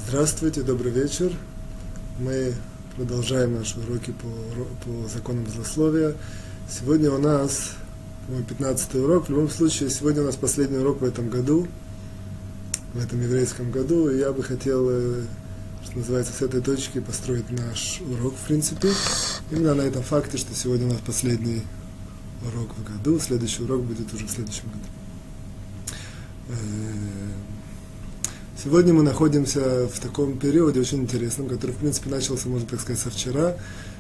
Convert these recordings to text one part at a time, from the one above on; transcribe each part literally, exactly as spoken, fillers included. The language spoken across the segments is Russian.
Здравствуйте, добрый вечер. Мы продолжаем наши уроки по, по законам злословия. Сегодня у нас пятнадцатый урок. В любом случае, сегодня у нас последний урок в этом году, в этом еврейском году. И я бы хотел, что называется, с этой точки построить наш урок, в принципе. Именно на этом факте, что сегодня у нас последний урок в году. Следующий урок будет уже в следующем году. Сегодня мы находимся в таком периоде очень интересном, который, в принципе, начался, можно так сказать, со вчера.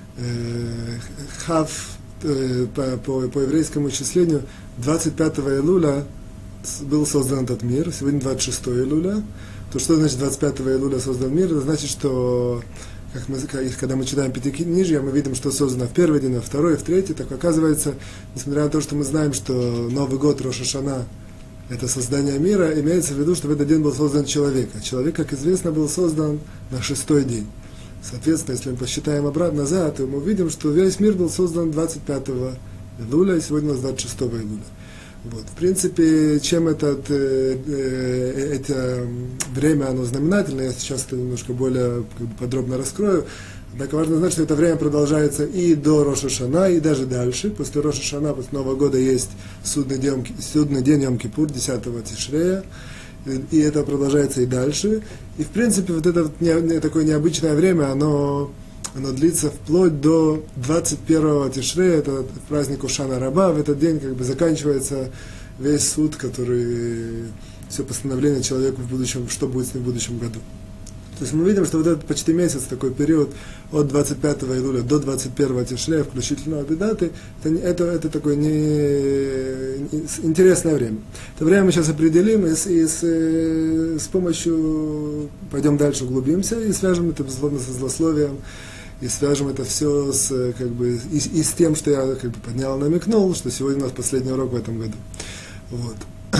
Хав, по, по, по еврейскому исчислению, двадцать пятого июля был создан этот мир, сегодня двадцать шестого июля. То, что значит двадцать пятого июля создан мир, это значит, что, как мы, когда мы читаем Пятикнижье, мы видим, что создано в первый день, во второй, в третий. Так оказывается, несмотря на то, что мы знаем, что Новый год, Рош ха-Шана, это создание мира, имеется в виду, что в этот день был создан человек. А человек, как известно, был создан на шестой день. Соответственно, если мы посчитаем обратно назад, то мы увидим, что весь мир был создан двадцать пятого июля, и сегодня у нас двадцать шестого июля. Вот. В принципе, чем этот, э, э, это время оно знаменательно, я сейчас это немножко более как бы, подробно раскрою. Однако важно знать, что это время продолжается и до Рош ха-Шана, и даже дальше. После Рош ха-Шана, после Нового года, есть судный день, судный день Йом-Кипур, десятого Тишрея. И это продолжается и дальше. И, в принципе, вот это вот не, такое необычное время, оно, оно длится вплоть до двадцать первого Тишрея, это праздник Ушана Раба. В этот день как бы заканчивается весь суд, который, все постановление человеку в будущем, что будет с ним в будущем году. То есть мы видим, что вот этот почти месяц, такой период от двадцать пятого июля до двадцать первого Тишрея, включительно обе даты, это, это, это такое не, не, интересное время. Это время мы сейчас определим и, с, и с, с помощью, пойдем дальше, углубимся и свяжем это, безусловно, со злословием, и свяжем это все с, как бы, и, и с тем, что я как бы, поднял, намекнул, что сегодня у нас последний урок в этом году. Вот.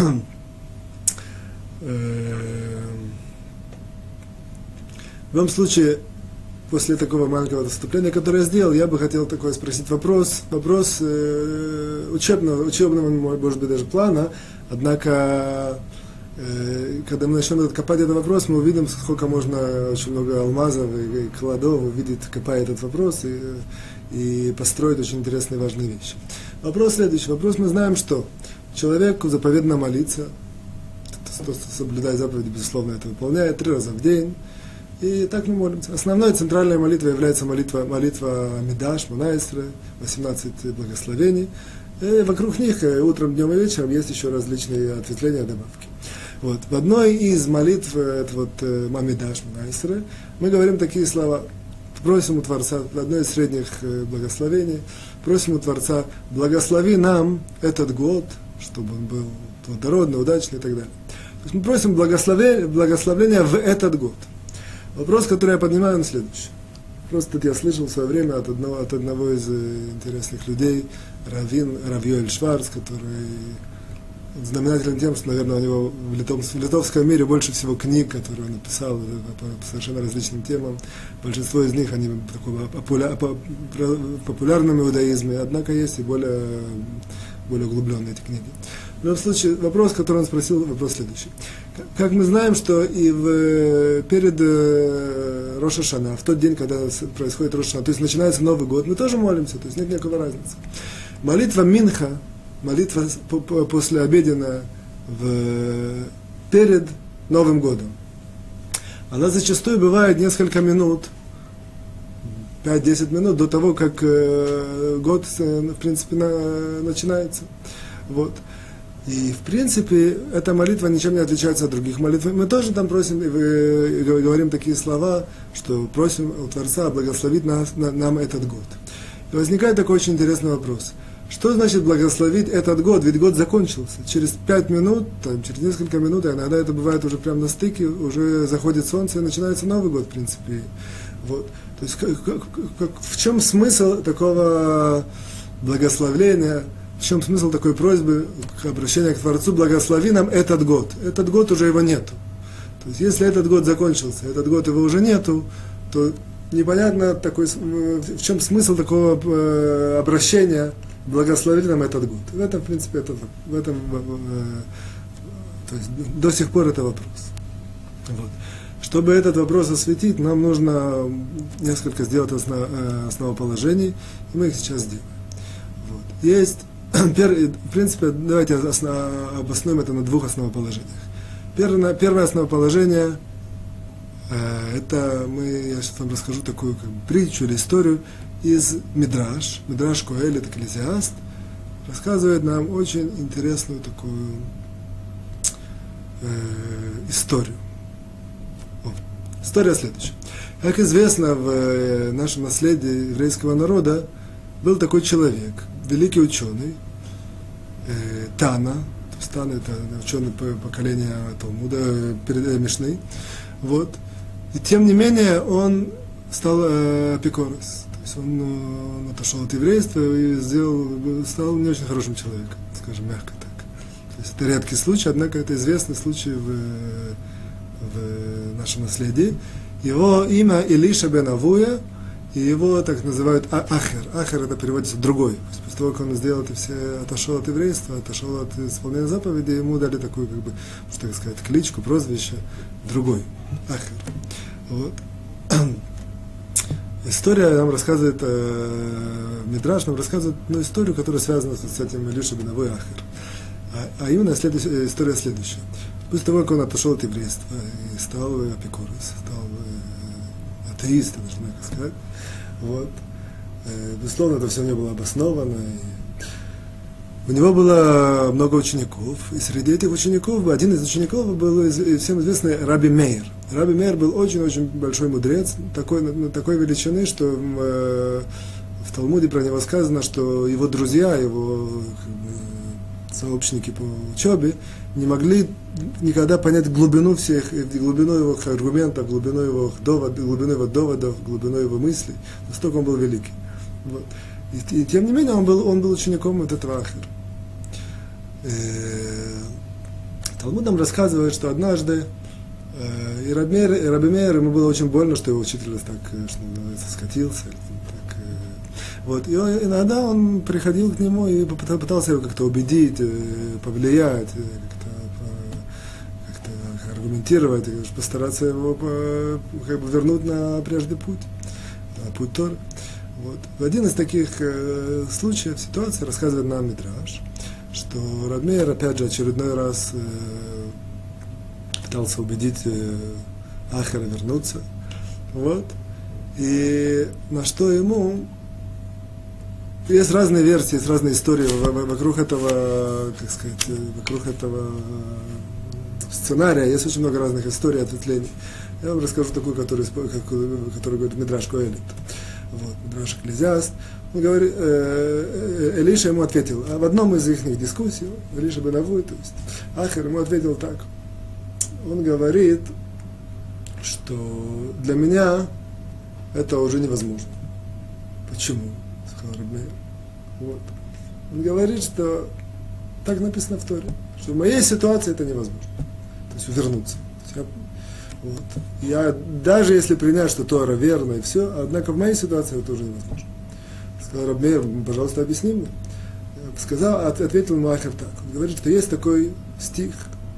В любом случае, после такого маленького выступления, которое я сделал, я бы хотел такой спросить вопрос, вопрос э, учебного, учебного, может быть, даже плана, однако, э, когда мы начнем этот, копать этот вопрос, мы увидим, сколько можно, очень много алмазов и, и кладов увидеть, копая этот вопрос, и, и построить очень интересные и важные вещи. Вопрос следующий. Вопрос мы знаем, что человеку заповедно молиться, тот, кто соблюдает заповеди, безусловно, это выполняет три раза в день. И так мы молимся. Основной центральной молитвой является молитва, молитва Мидаш, Монайсре, восемнадцать благословений. И вокруг них утром, днем и вечером есть еще различные ответвления, добавки. Вот. В одной из молитв, это вот Мамидаш, Монайсре, мы говорим такие слова. Просим у Творца, в одной из средних благословений, просим у Творца, благослови нам этот год, чтобы он был плодородный, удачный и так далее. То есть мы просим благословения, благословения в этот год. Вопрос, который я поднимаю, он следующий. Просто тут я слышал в свое время от одного, от одного из интересных людей, Равин, Рав Йоэль Шварц, который знаменателен тем, что, наверное, у него в, литов, в литовском мире больше всего книг, которые он написал по, по совершенно различным темам. Большинство из них, они такого популя, популярном иудаизме, однако есть и более, более углубленные эти книги. В любом случае, вопрос, который он спросил, вопрос следующий. Как мы знаем, что и в, перед э, Рош ха-Шана, в тот день, когда происходит Рош ха-Шана, то есть начинается Новый год, мы тоже молимся, то есть нет никакой разницы. Молитва Минха, молитва по, по, после обеденная в, перед Новым годом, она зачастую бывает несколько минут, пять-десять минут до того, как э, год, в принципе, на, начинается. Вот. И, в принципе, эта молитва ничем не отличается от других молитв. Мы тоже там просим, и говорим такие слова, что просим у Творца благословить нас, на, нам этот год. И возникает такой очень интересный вопрос. Что значит благословить этот год? Ведь год закончился. Через пять минут, там, через несколько минут, а иногда это бывает уже прямо на стыке, уже заходит солнце и начинается Новый год, в принципе. Вот. То есть, как, как, как, в чем смысл такого благословления? В чем смысл такой просьбы, обращения к Творцу, благослови нам этот год. Этот год уже его нету. То есть, если этот год закончился, этот год его уже нету, то непонятно, такой, в чем смысл такого обращения, благослови нам этот год. В этом, в принципе, это, в этом, то есть, до сих пор это вопрос. Вот. Чтобы этот вопрос осветить, нам нужно несколько сделать основ, основоположений, и мы их сейчас сделаем. Вот. Есть, в принципе, давайте обоснуем это на двух основоположениях. Первое, первое основоположение, это мы, я сейчас вам расскажу такую как бы, притчу или историю из Мидраш. Мидраш Коэлет, Экклезиаст, рассказывает нам очень интересную такую э, историю. О, история следующая. Как известно, в э, нашем наследии еврейского народа был такой человек, великий ученый, э, Тана, то есть Тана это ученый поколения Талмуда, э, Мишны, вот. И тем не менее он стал э, апикорос. Он, он отошел от еврейства и сделал, стал не очень хорошим человеком, скажем, мягко так. То есть это редкий случай, однако это известный случай в, в нашем наследии. Его имя Илиша бен Авуя, и его так называют Ахер. Ахер это переводится другой. После того, как он сделал это все, отошел от еврейства, отошел от исполнения заповедей, ему дали такую, как бы, что так сказать, кличку, прозвище, другой. Ахер. Вот. История нам рассказывает, э, Мидраш нам рассказывает одну историю, которая связана с, с этим Илиша бен Авуя Ахер. А, а именно следующая, история следующая. После того, как он отошел от еврейства и стал апикорос, стал э, атеистом, даже можно так сказать, вот, э, безусловно, это все у него было обосновано. И у него было много учеников, и среди этих учеников, один из учеников был всем известный Раби Меир. Раби Меир был очень-очень большой мудрец, такой, такой величины, что в, в Талмуде про него сказано, что его друзья, его как бы, сообщники по учебе не могли никогда понять глубину всех, глубину его аргументов, глубину его доводов, глубину его доводов, глубину его мыслей. Настолько он был великий. Вот. И, и тем не менее он был, он был учеником вот этого Ахера. Талмуд нам рассказывает, что однажды и Раби Меир, ему было очень больно, что его учитель так, что называется, скатился. Так, вот. И он, иногда он приходил к нему и пытался его как-то убедить, повлиять, как-то, как-то аргументировать, постараться его как бы вернуть на прежний путь, на путь Торы. Вот. В один из таких э, случаев, ситуации, рассказывает нам Мидраш, что Раби Меир, опять же, очередной раз э, пытался убедить э, Ахера вернуться. Вот. И на что ему... Есть разные версии, есть разные истории вокруг этого, как сказать, вокруг этого сценария. Есть очень много разных историй, ответвлений. Я вам расскажу такую, которую, которую говорит Мидраш Коэлет. Вот, Мидраш Экклезиаст. Он говорит, э, э, Илиша ему ответил, а в одном из их дискуссий, Илиша бен Авуя, то есть Ахер ему ответил так. Он говорит, что для меня это уже невозможно. Почему? Сказал Раби Меир. Вот. Он говорит, что так написано в Торе, что в моей ситуации это невозможно. То есть вернуться. То есть я, вот. Я, даже если принять, что Тора верно и все, однако в моей ситуации это уже невозможно. Сказал Раби Меир, пожалуйста, объясни мне. Сказал, ответил ему Ахер так. Он говорит, что есть такой стих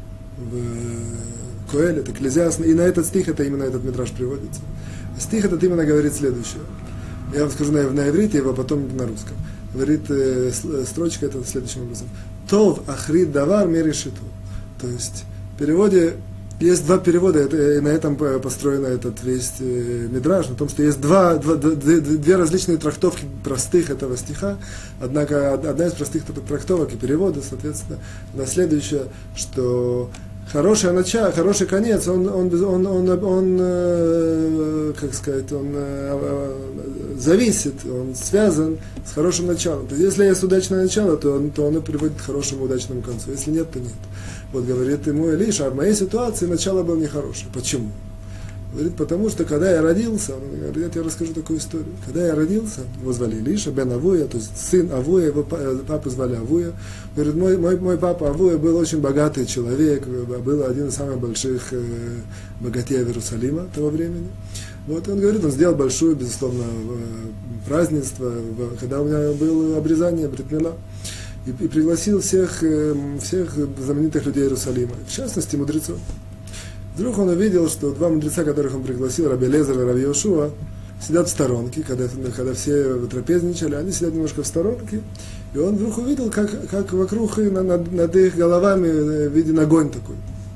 в Коэлет, Экклезиаст, и на этот стих это именно этот Мидраш приводится. Стих этот именно говорит следующее. Я вам скажу на, на иврите, его потом на русском. Говорит, э, строчка это следующим образом. Тов ахрид давар мерешиту. То есть в переводе есть два перевода, это, и на этом построен этот весь э, Мидраш, на том, что есть два, два, две, две различные трактовки простых этого стиха, однако одна из простых трактовок и перевода, соответственно, на следующее, что хорошее начало, хороший конец, он, он, он, он, он, он э, как сказать, он э, зависит, он связан с хорошим началом. То есть, если есть удачное начало, то он, то оно приводит к хорошему удачному концу. Если нет, то нет. Вот говорит ему Илиша, а в моей ситуации начало было нехорошее. Почему? Говорит, потому что когда я родился, я тебе расскажу такую историю. Когда я родился, его звали Илиша бен Авуя, то есть сын Авуя, его папу звали Авуя. Говорит, мой, мой, мой папа Авуя был очень богатый человек, был один из самых больших э, богатеев Иерусалима того времени. Вот он говорит, он сделал большое, безусловно, празднество, когда у меня было обрезание брит мила. И, и пригласил всех, э, всех знаменитых людей Иерусалима, в частности, мудрецов. Вдруг он увидел, что два мудреца, которых он пригласил, Раби Элиэзер и Раби Йошуа, сидят в сторонке, когда, когда все трапезничали, они сидят немножко в сторонке, и он вдруг увидел, как, как вокруг и над, над их головами виден огонь такой.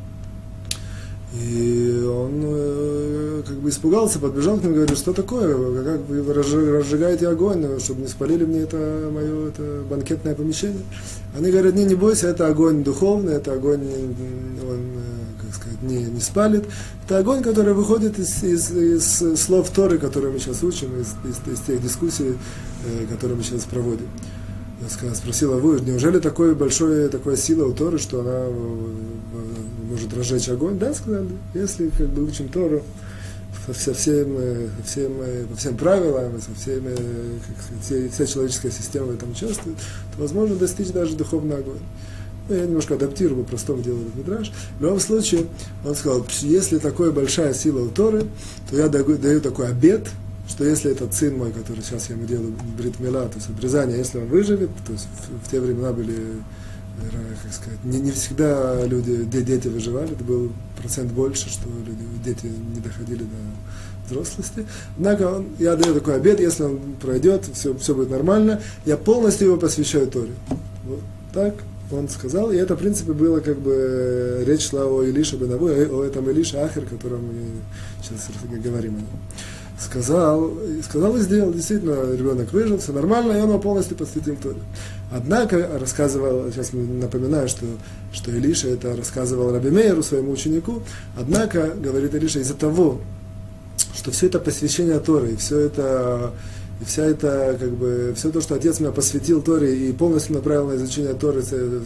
И он э, как бы испугался, подбежал к ним и говорит, что такое, как вы разжигаете огонь, чтобы не спалили мне это мое это банкетное помещение. Они говорят, не, не бойся, это огонь духовный, это огонь, он, как сказать, не, не спалит. Это огонь, который выходит из, из, из слов Торы, которые мы сейчас учим, из, из, из тех дискуссий, э, которые мы сейчас проводим. Я спросила, вы, неужели такой большой, такая сила у Торы, что она может разжечь огонь? Да, сказали, если как бы учим Тору со всем, всем, по всем правилам, со всеми, как сказать, вся, вся человеческая система в этом участвует, то возможно достичь даже духовный огонь. Ну, я немножко адаптирую, по-простому делаю этот мидраш. В любом случае, он сказал, если такая большая сила у Торы, то я даю, даю такой обет, что если этот сын мой, который сейчас я ему делаю брит мила, то есть обрезание, если он выживет, то есть в, в те времена были, как сказать, не, не всегда люди, дети выживали, это был процент больше, что люди, дети не доходили до взрослости. Однако он, я даю такой обет, если он пройдет, все, все будет нормально, я полностью его посвящаю Торе. Вот так он сказал, и это, в принципе, было как бы, речь шла о Илише бен Аву, о этом Илише Ахер, о котором мы сейчас говорим о нем. Сказал, сказал и сделал, действительно, ребенок выжил, все нормально, и он его полностью посвятил Торе. Однако, рассказывал, сейчас напоминаю, что, что Илиша это рассказывал Раби Меиру, своему ученику, однако, говорит Илиша, из-за того, что все это посвящение Торы, и все это, и вся это, как бы, все то, что отец меня посвятил Торе и полностью направил на изучение Торы,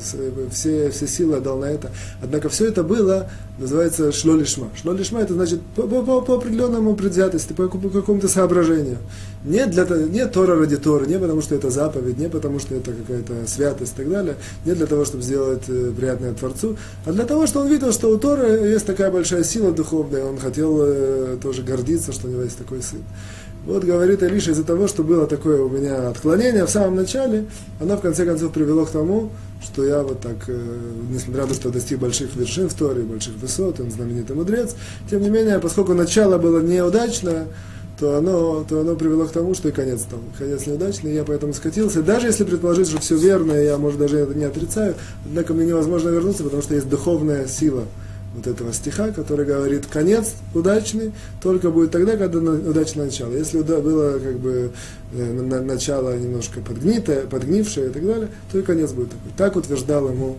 все, все силы отдал на это. Однако все это было, называется шло лишма. Шло лишма это значит по, по, по определенному предвзятости, по, по какому-то соображению. Не, для, не Тора ради Торы, не потому что это заповедь, не потому что это какая-то святость и так далее, не для того, чтобы сделать приятное Творцу, а для того, что он видел, что у Торы есть такая большая сила духовная, он хотел э, тоже гордиться, что у него есть такой сын. Вот говорит Илиша, из-за того, что было такое у меня отклонение в самом начале, оно в конце концов привело к тому, что я вот так, э, несмотря на то, что достиг больших вершин в Торе, больших высот, он знаменитый мудрец, тем не менее, поскольку начало было неудачное, то оно, то оно привело к тому, что и конец там, конец неудачный, и я поэтому скатился. Даже если предположить, что все верно, я, может, даже это не отрицаю, однако мне невозможно вернуться, потому что есть духовная сила вот этого стиха, который говорит, конец удачный только будет тогда, когда удачное начало. Если было как бы на, начало немножко подгнитое, подгнившее и так далее, то и конец будет такой. Так утверждал ему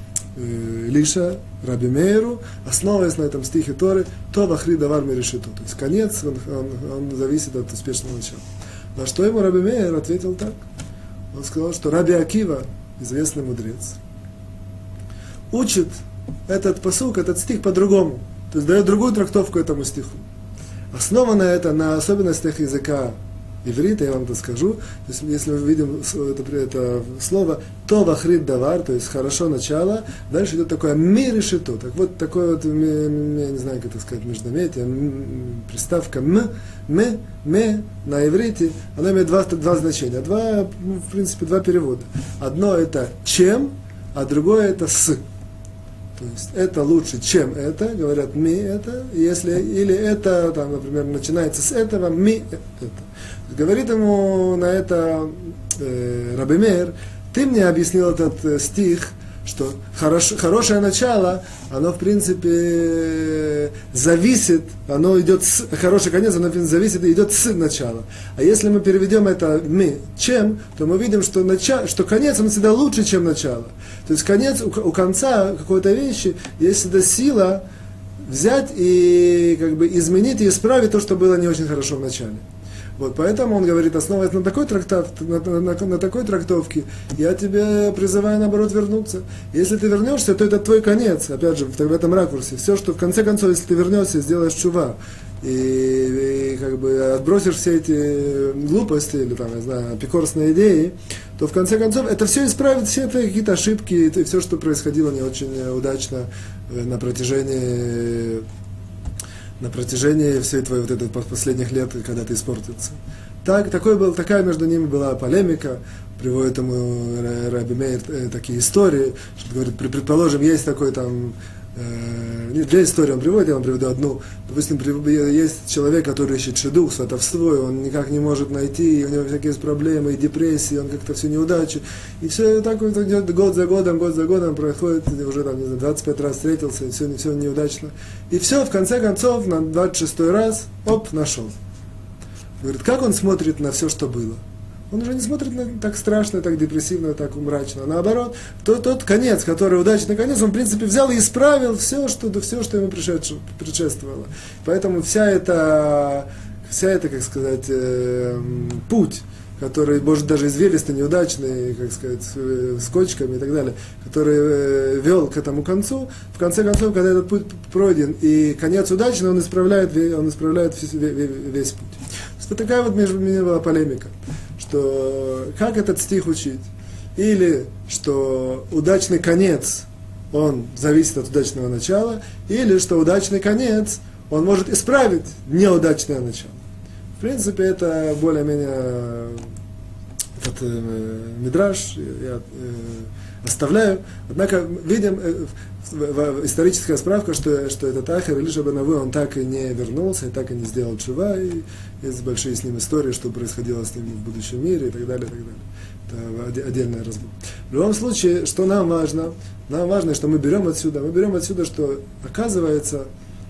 э, Илиша Раби Меиру, основываясь на этом стихе Торы, то вахри давар мирешиту. То есть конец, он, он, он зависит от успешного начала. На что ему Раби Меир ответил так. Он сказал, что Раби Акива, известный мудрец, учит этот пасук, этот стих по-другому. То есть дает другую трактовку этому стиху. Основано это на особенностях языка иврита, я вам это скажу. То есть, если мы видим это, это слово «то вахрит давар», то есть «хорошо начало», дальше идет такое «ми решето». Так вот, такое вот, я не знаю, как это сказать, междометие, приставка «м», «ме», «ме» на иврите, она имеет два, два значения, два, в принципе, два перевода. Одно это «чем», а другое это «с». То есть это лучше, чем это, говорят ми это, если, или это, там, например, начинается с этого, ми это. Говорит ему на это э, Раби Меир, ты мне объяснил этот э, стих, что хорош, хорошее начало, оно в принципе зависит, оно идет с, хороший конец, оно в принципе, зависит и идет с начала. А если мы переведем это мы чем, то мы видим, что, начало, что конец он всегда лучше, чем начало. То есть конец, у, у конца какой-то вещи есть всегда сила взять и как бы изменить и исправить то, что было не очень хорошо в начале. Вот, поэтому он говорит, основываясь на такой, трактат, на, на, на, на такой трактовке, я тебя призываю, наоборот, вернуться. Если ты вернешься, то это твой конец, опять же, в, в этом ракурсе. Все, что в конце концов, если ты вернешься и сделаешь чува, и, и как бы отбросишь все эти глупости, или там, я знаю, апикорсные идеи, то в конце концов это все исправит, все это какие-то ошибки, и все, что происходило не очень удачно на протяжении... на протяжении всей твоей вот этой последних лет, когда ты испортился. Так, такой был, такая между ними была полемика, приводит ему Раби Меир такие истории, что говорит, предположим, есть такой там Нет, две истории он приводит, я вам приведу одну. Допустим, есть человек, который ищет шедух, сватовство, и он никак не может найти, и у него всякие есть проблемы, и депрессии, он как-то все неудачи. И все так вот идет год за годом, год за годом проходит, уже там, не знаю, двадцать пять раз встретился, и все, все неудачно. И все, в конце концов, на двадцать шестой раз, оп, нашел. Говорит, как он смотрит на все, что было? Он уже не смотрит на так страшно, так депрессивно, так мрачно. Наоборот, тот, тот конец, который удачный конец, он, в принципе, взял и исправил все, что, все, что ему предшествовало. Поэтому вся эта, вся эта, как сказать, э, путь, который, может, даже извилистый, неудачный, как сказать, с кочками и так далее, который э, вел к этому концу, в конце концов, когда этот путь пройден, и конец удачный, он исправляет, он исправляет весь, весь путь. Вот такая вот между ними была полемика, что как этот стих учить, или что удачный конец, он зависит от удачного начала, или что удачный конец, он может исправить неудачное начало. В принципе, это более-менее этот э, мидраш я э, оставляю. Однако видим э, в, в, историческая справка, что, что этот Ахер Илиша бен Авуя, он так и не вернулся, и так и не сделал тшува, и есть большие с ним истории, что происходило с ним в будущем мире, и так далее, и так далее. Это отдельный разбор. В любом случае, что нам важно? Нам важно, что мы берем отсюда, мы берем отсюда, что оказывается,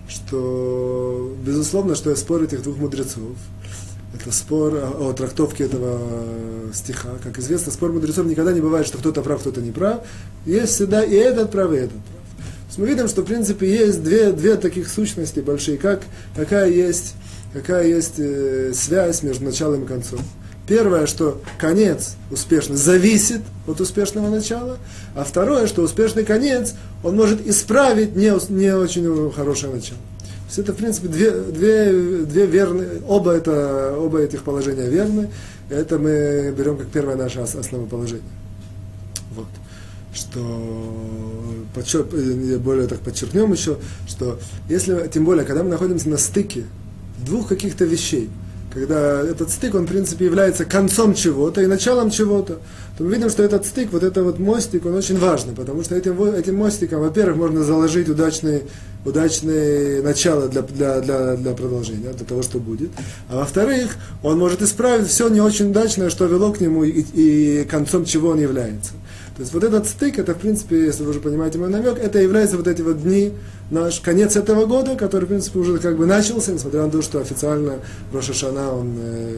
что, безусловно, что я спор этих двух мудрецов, это спор о, о трактовке этого стиха. Как известно, спор мудрецов никогда не бывает, что кто-то прав, кто-то не прав. Есть всегда и этот прав, и этот прав. То есть мы видим, что в принципе есть две, две таких сущности большие, как, какая есть, какая есть э, связь между началом и концом. Первое, что конец успешный зависит от успешного начала, а второе, что успешный конец, он может исправить не, не очень хорошее начало. То есть это, в принципе, две, две, две верные, оба, это, оба этих положения верны, это мы берем как первое наше основоположение. Вот. Что, подчер, более так подчеркнем еще, что если, тем более, когда мы находимся на стыке двух каких-то вещей, когда этот стык, он, в принципе, является концом чего-то и началом чего-то, то мы видим, что этот стык, вот этот вот мостик, он очень важный, потому что этим, этим мостиком, во-первых, можно заложить удачные, удачные начала для, для, для, для продолжения, для того, что будет, а во-вторых, он может исправить все не очень удачное, что вело к нему и, и концом чего он является. То есть вот этот стык, это, в принципе, если вы уже понимаете мой намек, это является вот эти вот дни, наш конец этого года, который, в принципе, уже как бы начался, несмотря на то, что официально Рош ха-Шана, он э,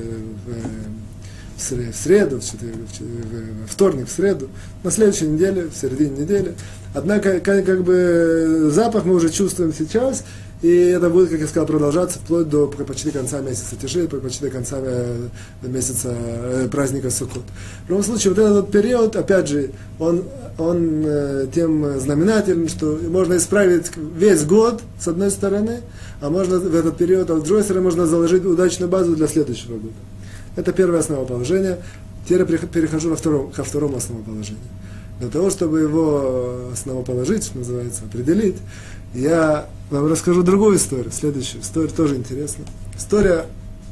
в, в среду, в, в, в вторник, в среду, на следующей неделе, в середине недели. Однако, как, как бы, запах мы уже чувствуем сейчас, и это будет, как я сказал, продолжаться вплоть до почти конца месяца Тишри, почти конца месяца праздника Суккот. В любом случае, вот этот период, опять же, он, он тем знаменателен, что можно исправить весь год, с одной стороны, а можно в этот период, а с другой стороны, можно заложить удачную базу для следующего года. Это первое основоположение. Теперь я перехожу ко второму, ко второму основоположению. Для того, чтобы его основоположить, что называется, определить, я вам расскажу другую историю, следующую. История тоже интересная. История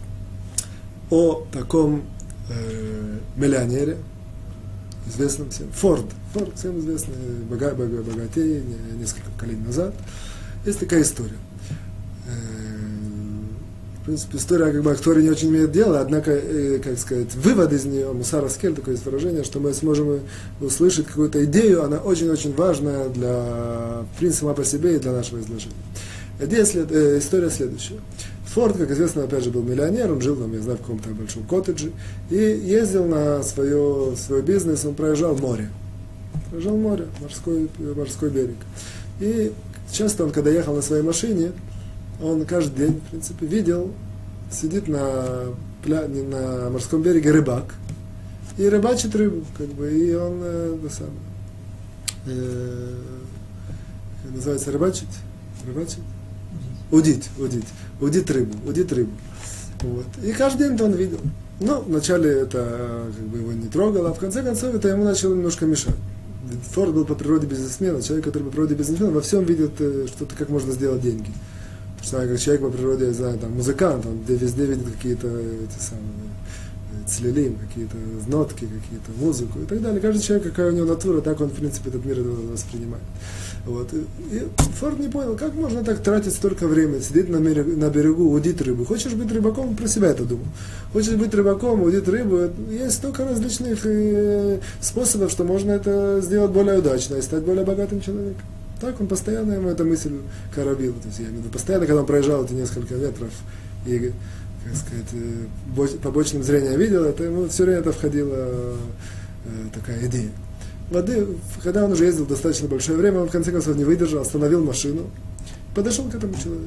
о таком э, миллионере, известном всем, Форд. Форд, всем известный, бога, бога, богатей, несколько поколений назад. Есть такая история. Э, в принципе, история, как бы, о которой не очень имеет дело, однако, э, как сказать, вывод из нее, мусар аскель, такое есть выражение, что мы сможем услышать какую-то идею, она очень-очень важная для, в принципе, сама по себе и для нашего изложения. Идея след, э, история следующая. Форд, как известно, опять же, был миллионер, он жил там, я знаю, в каком-то большом коттедже, и ездил на свое, свой бизнес, он проезжал море. Проезжал море, морской, морской берег. И часто он, когда ехал на своей машине, он каждый день, в принципе, видел, сидит на, пля... на морском береге рыбак, и рыбачит рыбу, как бы, и он, э, сам, э, как называется, рыбачить? Рыбачить? Удить, удить, удить рыбу, удить рыбу. Вот. И каждый день это он видел. Но вначале это как бы его не трогало, а в конце концов это ему начало немножко мешать. Форд был по природе бизнесмен, человек, который по природе бизнесмен, во всем видит что-то, как можно сделать деньги. Что как человек по природе, я знаю, там, музыкант, он везде видит какие-то эти самые, цлелим, какие-то нотки, какие-то музыку и так далее. Каждый человек, какая у него натура, так он, в принципе, этот мир воспринимает. Вот. И Форд не понял, как можно так тратить столько времени, сидеть на берегу, на берегу, удить рыбу. Хочешь быть рыбаком, про себя это думал. Хочешь быть рыбаком, удить рыбу, есть столько различных э, способов, что можно это сделать более удачно и стать более богатым человеком. Так он постоянно ему эту мысль коробил. То есть, я имею в виду, постоянно, когда он проезжал эти несколько метров и, как сказать, побочным зрением видел, это ему все время это входила э, такая идея. Воды, когда он уже ездил достаточно большое время, он в конце концов не выдержал, остановил машину, подошел к этому человеку.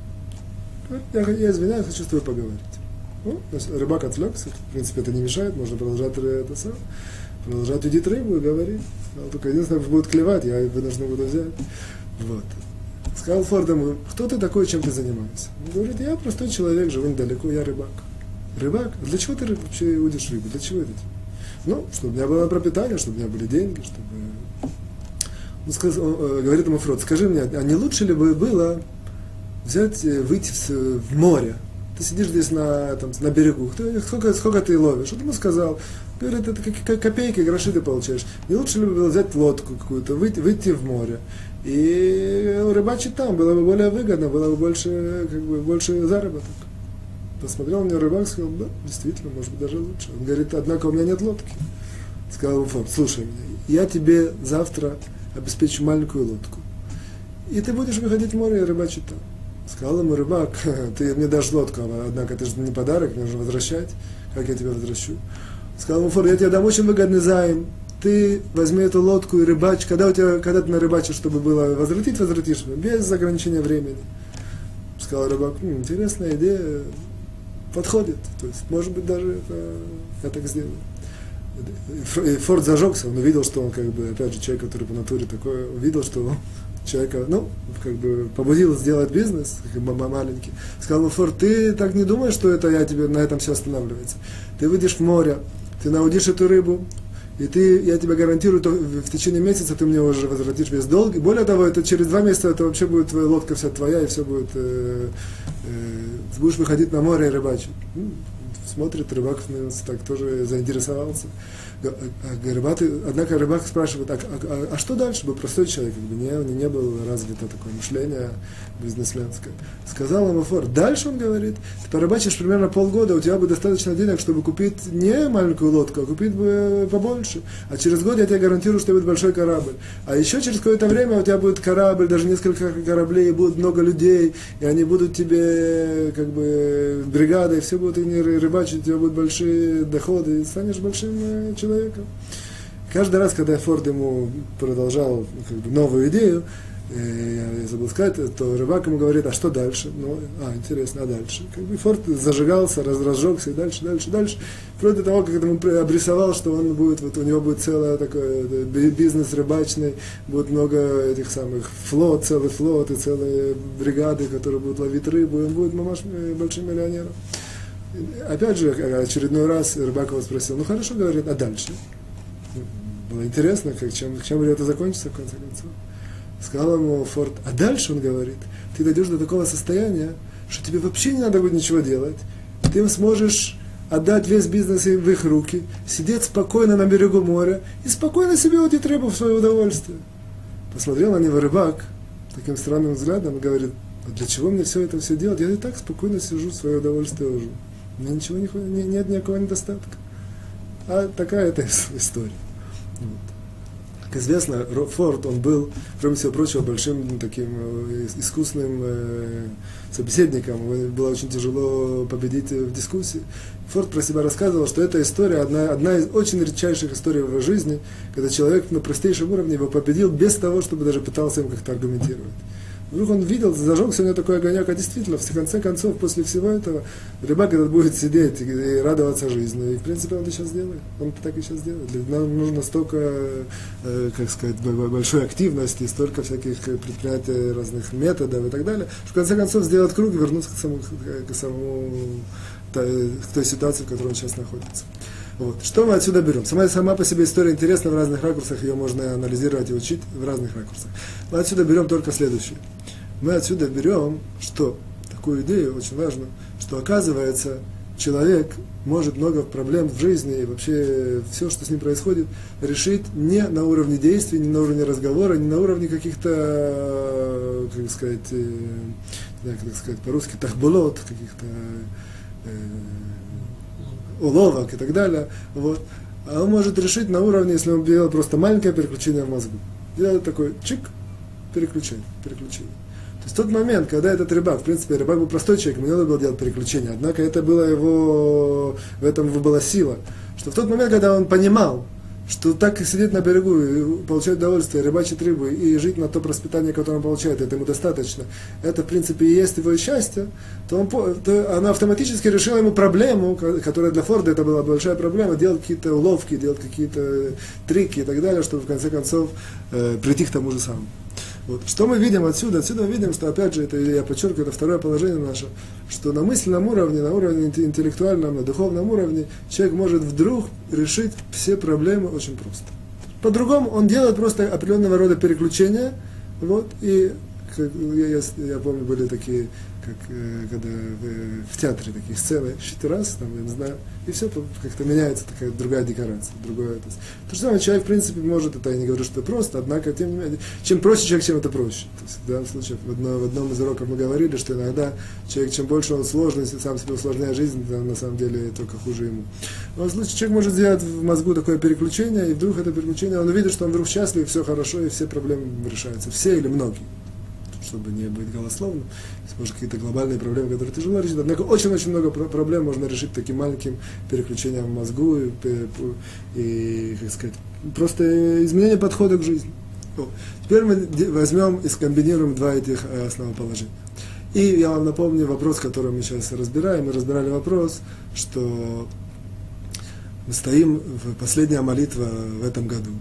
Я, я извиняюсь, хочу с тобой поговорить. Ну, рыбак отвлекся, в принципе, это не мешает, можно продолжать это сам, продолжать удить рыбу и говорить. Только единственное, будет клевать, я вынужден буду взять. Вот. Сказал Форд ему, кто ты такой, чем ты занимаешься? Он говорит, я простой человек, живу недалеко, я рыбак. Рыбак? Для чего ты вообще удишь рыбу? Для чего это? Ну, чтобы у меня было пропитание, чтобы у меня были деньги, чтобы... Он сказал, он, говорит ему Форд, скажи мне, а не лучше ли бы было взять, выйти в, в море? Ты сидишь здесь на, там, на берегу, сколько, сколько ты ловишь? Он ему сказал, говорит, это как копейки, гроши ты получаешь. Не лучше ли бы было взять лодку какую-то, выйти, выйти в море? И рыбачить там было бы более выгодно, было бы больше, как бы, больше заработок. Посмотрел на него рыбак, сказал, да, действительно, может быть, даже лучше. Он говорит, однако у меня нет лодки. Сказал ему Форд, слушай меня, я тебе завтра обеспечу маленькую лодку. И ты будешь выходить в море и рыбачить там. Сказал ему рыбак, ты мне дашь лодку, однако это же не подарок, мне нужно возвращать. Как я тебе возвращу? Сказал ему Форд, я тебе дам очень выгодный займ. Ты возьми эту лодку и рыбачь. Когда, у тебя, когда ты нарыбачишь, чтобы было возвратить, возвратишь, без ограничения времени. Сказал рыбак, М, интересная идея, подходит. То есть, может быть, даже это, я так сделаю. И Форд зажегся, он увидел, что он, как бы, опять же, человек, который по натуре такой, увидел, что человека, ну, как бы, побудил сделать бизнес, как бы маленький. Сказал ему Форд, ты так не думаешь, что это я тебе на этом все останавливается? Ты выйдешь в море, ты наудишь эту рыбу, и ты, я тебе гарантирую, то в течение месяца ты мне уже возвратишь весь долг. И более того, это через два месяца это вообще будет твоя лодка вся твоя, и все будет, э, э, ты будешь выходить на море и рыбачить. Ну, смотрит, рыбак так тоже заинтересовался. Рыбак, однако рыбак спрашивает, а, а, а что дальше? Был простой человек, как бы не, не было развито такое мышление бизнесменское. Сказал ему Форд, дальше он говорит, ты порыбачишь примерно полгода, у тебя будет достаточно денег, чтобы купить не маленькую лодку, а купить бы побольше. А через год я тебе гарантирую, что будет большой корабль. А еще через какое-то время у тебя будет корабль, даже несколько кораблей, будет много людей, и они будут тебе как бы бригадой, все будут рыбачить, у тебя будут большие доходы, и станешь большим человеком. Каждый раз, когда Форд ему продолжал как бы, новую идею, э, я забыл сказать, то рыбак ему говорит, а что дальше? Ну, а, интересно, а дальше? Как бы Форд зажигался, раз, разжегся, и дальше, дальше, дальше. Вплоть до того, как ему обрисовал, что он будет, вот у него будет целый такой бизнес рыбачный, будет много этих самых флот, целый флот и целые бригады, которые будут ловить рыбу, и он будет мамаш, большим миллионером. Опять же, очередной раз рыбак его спросил, ну хорошо, говорит, а дальше? Было интересно, как, чем, чем это закончится, в конце концов. Сказал ему Форд, а дальше, он говорит, ты дойдешь до такого состояния, что тебе вообще не надо будет ничего делать, ты сможешь отдать весь бизнес в их руки, сидеть спокойно на берегу моря и спокойно себе удить рыбу в свое удовольствие. Посмотрел на него рыбак таким странным взглядом и говорит, а для чего мне все это все делать? Я и так спокойно сижу, в свое удовольствие ужу. У меня ничего не, нет никакого недостатка. А такая это история. Вот. Как известно, Форд, он был, кроме всего прочего, большим таким искусным э, собеседником. Ему было очень тяжело победить в дискуссии. Форд про себя рассказывал, что эта история одна, одна из очень редчайших историй в его жизни, когда человек на простейшем уровне его победил без того, чтобы даже пытался им как-то аргументировать. Вдруг он видел, зажегся у него такой огонек, а действительно, в конце концов, после всего этого, рыбак этот будет сидеть и радоваться жизни. И, в принципе, он это сейчас делает. Он так и сейчас делает. Нам нужно столько, э, как сказать, большой активности, столько всяких предприятий, разных методов и так далее, что, в конце концов, сделать круг и вернуться к самому, к самому к той ситуации, в которой он сейчас находится. Вот. Что мы отсюда берем? Сама, сама по себе история интересна в разных ракурсах, ее можно анализировать и учить в разных ракурсах. Мы отсюда берем только следующее. Мы отсюда берем, что, такую идею очень важно, что оказывается человек может много проблем в жизни и вообще все, что с ним происходит, решить не на уровне действий, не на уровне разговора, не на уровне каких-то, как сказать, э, не знаю, как сказать по-русски, тахбулот, каких-то э, уловок и так далее. Вот. А он может решить на уровне, если он делает просто маленькое переключение в мозгу. Делает такой чик, переключение, переключение. То есть в тот момент, когда этот рыбак, в принципе, рыбак был простой человек, ему не надо было делать переключение, однако это было его, в этом его была сила, что в тот момент, когда он понимал, что так и сидеть на берегу, и получать удовольствие, рыбачить рыбу, и жить на то пропитание, которое он получает, это ему достаточно, это, в принципе, и есть его счастье, то, он, то она автоматически решила ему проблему, которая для Форда это была большая проблема, делать какие-то уловки, делать какие-то трики и так далее, чтобы в конце концов э, прийти к тому же самому. Вот. Что мы видим отсюда? Отсюда мы видим, что, опять же, это, я подчеркиваю, это второе положение наше, что на мысленном уровне, на уровне интеллектуальном, на духовном уровне человек может вдруг решить все проблемы очень просто. По-другому он делает просто определенного рода переключения, вот, и как, я, я, я помню, были такие, как, э, когда в, в театре такие сцены, четыре раз, там, я не знаю, и все как-то меняется, такая другая декорация, другое. То, есть, то же самое человек, в принципе, может, это я не говорю, что это просто, однако, тем не менее, чем проще человек, чем это проще. То есть, в данном случае, в, одно, в одном из уроков мы говорили, что иногда человек, чем больше он сложный, если сам себе усложняет жизнь, то на самом деле только хуже ему. В этом случае человек может сделать в мозгу такое переключение, и вдруг это переключение, он увидит, что он вдруг счастлив, все хорошо, и все проблемы решаются, все или многие. Чтобы не быть голословным, может, какие-то глобальные проблемы, которые тяжело решить. Однако очень-очень много проблем можно решить таким маленьким переключением в мозгу и, и как сказать, просто изменение подхода к жизни. О. Теперь мы возьмем и скомбинируем два этих основоположения. И я вам напомню вопрос, который мы сейчас разбираем. Мы разбирали вопрос, что мы стоим в последняя молитва в этом году.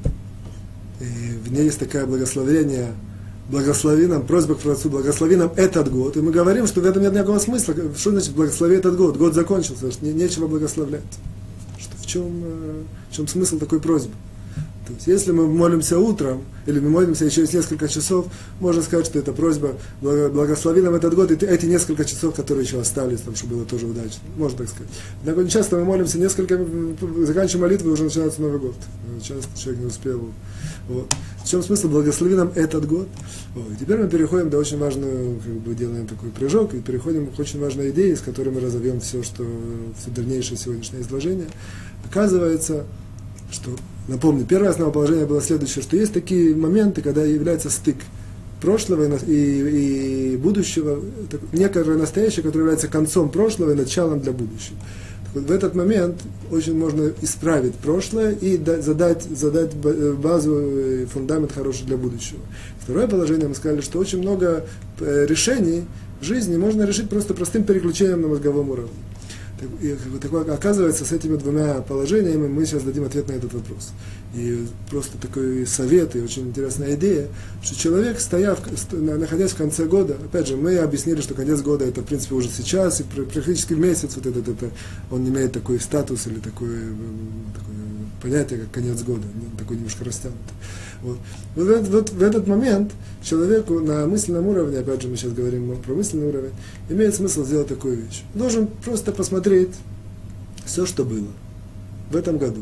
И в ней есть такое благословение. Благослови нам, просьба к Творцу, благослови нам этот год. И мы говорим, что в этом нет никакого смысла. Что значит благослови этот год? Год закончился, не, нечего благословлять. Что, в, чем, в чем смысл такой просьбы? То есть, если мы молимся утром, или мы молимся через несколько часов, можно сказать, что это просьба благослови нам этот год, и эти несколько часов, которые еще остались, там, чтобы было тоже удачно. Можно так сказать. Но очень часто мы молимся несколько, заканчиваем молитву, и уже начинается Новый год. Часто человек не успел. Вот. В чем смысл благослови нам этот год? Вот. И теперь мы переходим до очень важного, как бы делаем такой прыжок, и переходим к очень важной идее, с которой мы разовьем все, что, все дальнейшее сегодняшнее изложение. Оказывается, что, напомню, первое основоположение было следующее, что есть такие моменты, когда является стык прошлого и, и будущего, некое настоящее, которое является концом прошлого и началом для будущего. Вот в этот момент очень можно исправить прошлое и задать, задать базу, фундамент хороший для будущего. Второе положение, мы сказали, что очень много решений в жизни можно решить просто простым переключением на мозговом уровне. И, такое, оказывается, с этими двумя положениями мы сейчас дадим ответ на этот вопрос. И просто такой совет и очень интересная идея, что человек, стояв, находясь в конце года, опять же, мы объяснили, что конец года это, в принципе, уже сейчас, и практически месяц, вот этот, это, он имеет такой статус или такое, такое понятие, как конец года, такой немножко растянутый. Вот. Вот, вот в этот момент человеку на мысленном уровне, опять же мы сейчас говорим про мысленный уровень, имеет смысл сделать такую вещь. Он должен просто посмотреть все, что было в этом году.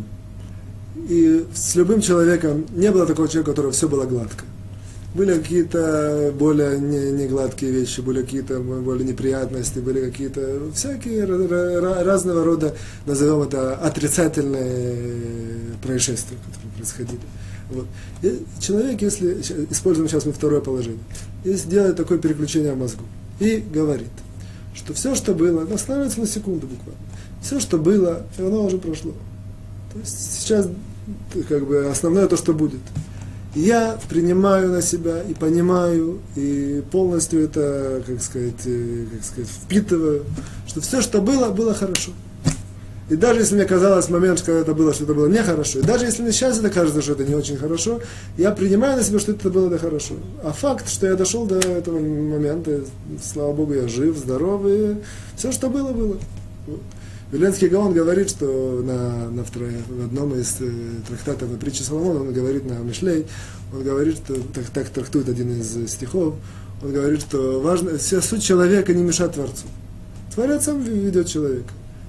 И с любым человеком, не было такого человека, у которого все было гладко. Были какие-то более не, не гладкие вещи, были какие-то более неприятности, были какие-то всякие разного рода, назовем это, отрицательные происшествия, которые происходили. Вот. И человек, если, используем сейчас мы второе положение, если делает такое переключение в мозгу и говорит, что все, что было, останавливается на секунду буквально, все, что было, оно уже прошло. То есть сейчас как бы основное то, что будет. Я принимаю на себя и понимаю, и полностью это, как сказать, как сказать, впитываю, что все, что было, было хорошо. И даже если мне казалось в момент, когда это было, что это было нехорошо, и даже если мне сейчас это кажется, что это не очень хорошо, я принимаю на себя, что это было да хорошо. А факт, что я дошел до этого момента, слава Богу, я жив, здоров, и все, что было, было. Виленский Гаон говорит, что на, на второй, в одном из э, трактатов на притче Соломона, он говорит на Мишлей, он говорит, что так, так трактует один из стихов, он говорит, что важно, вся суть человека не мешать Творцу. Творец сам ведет человека.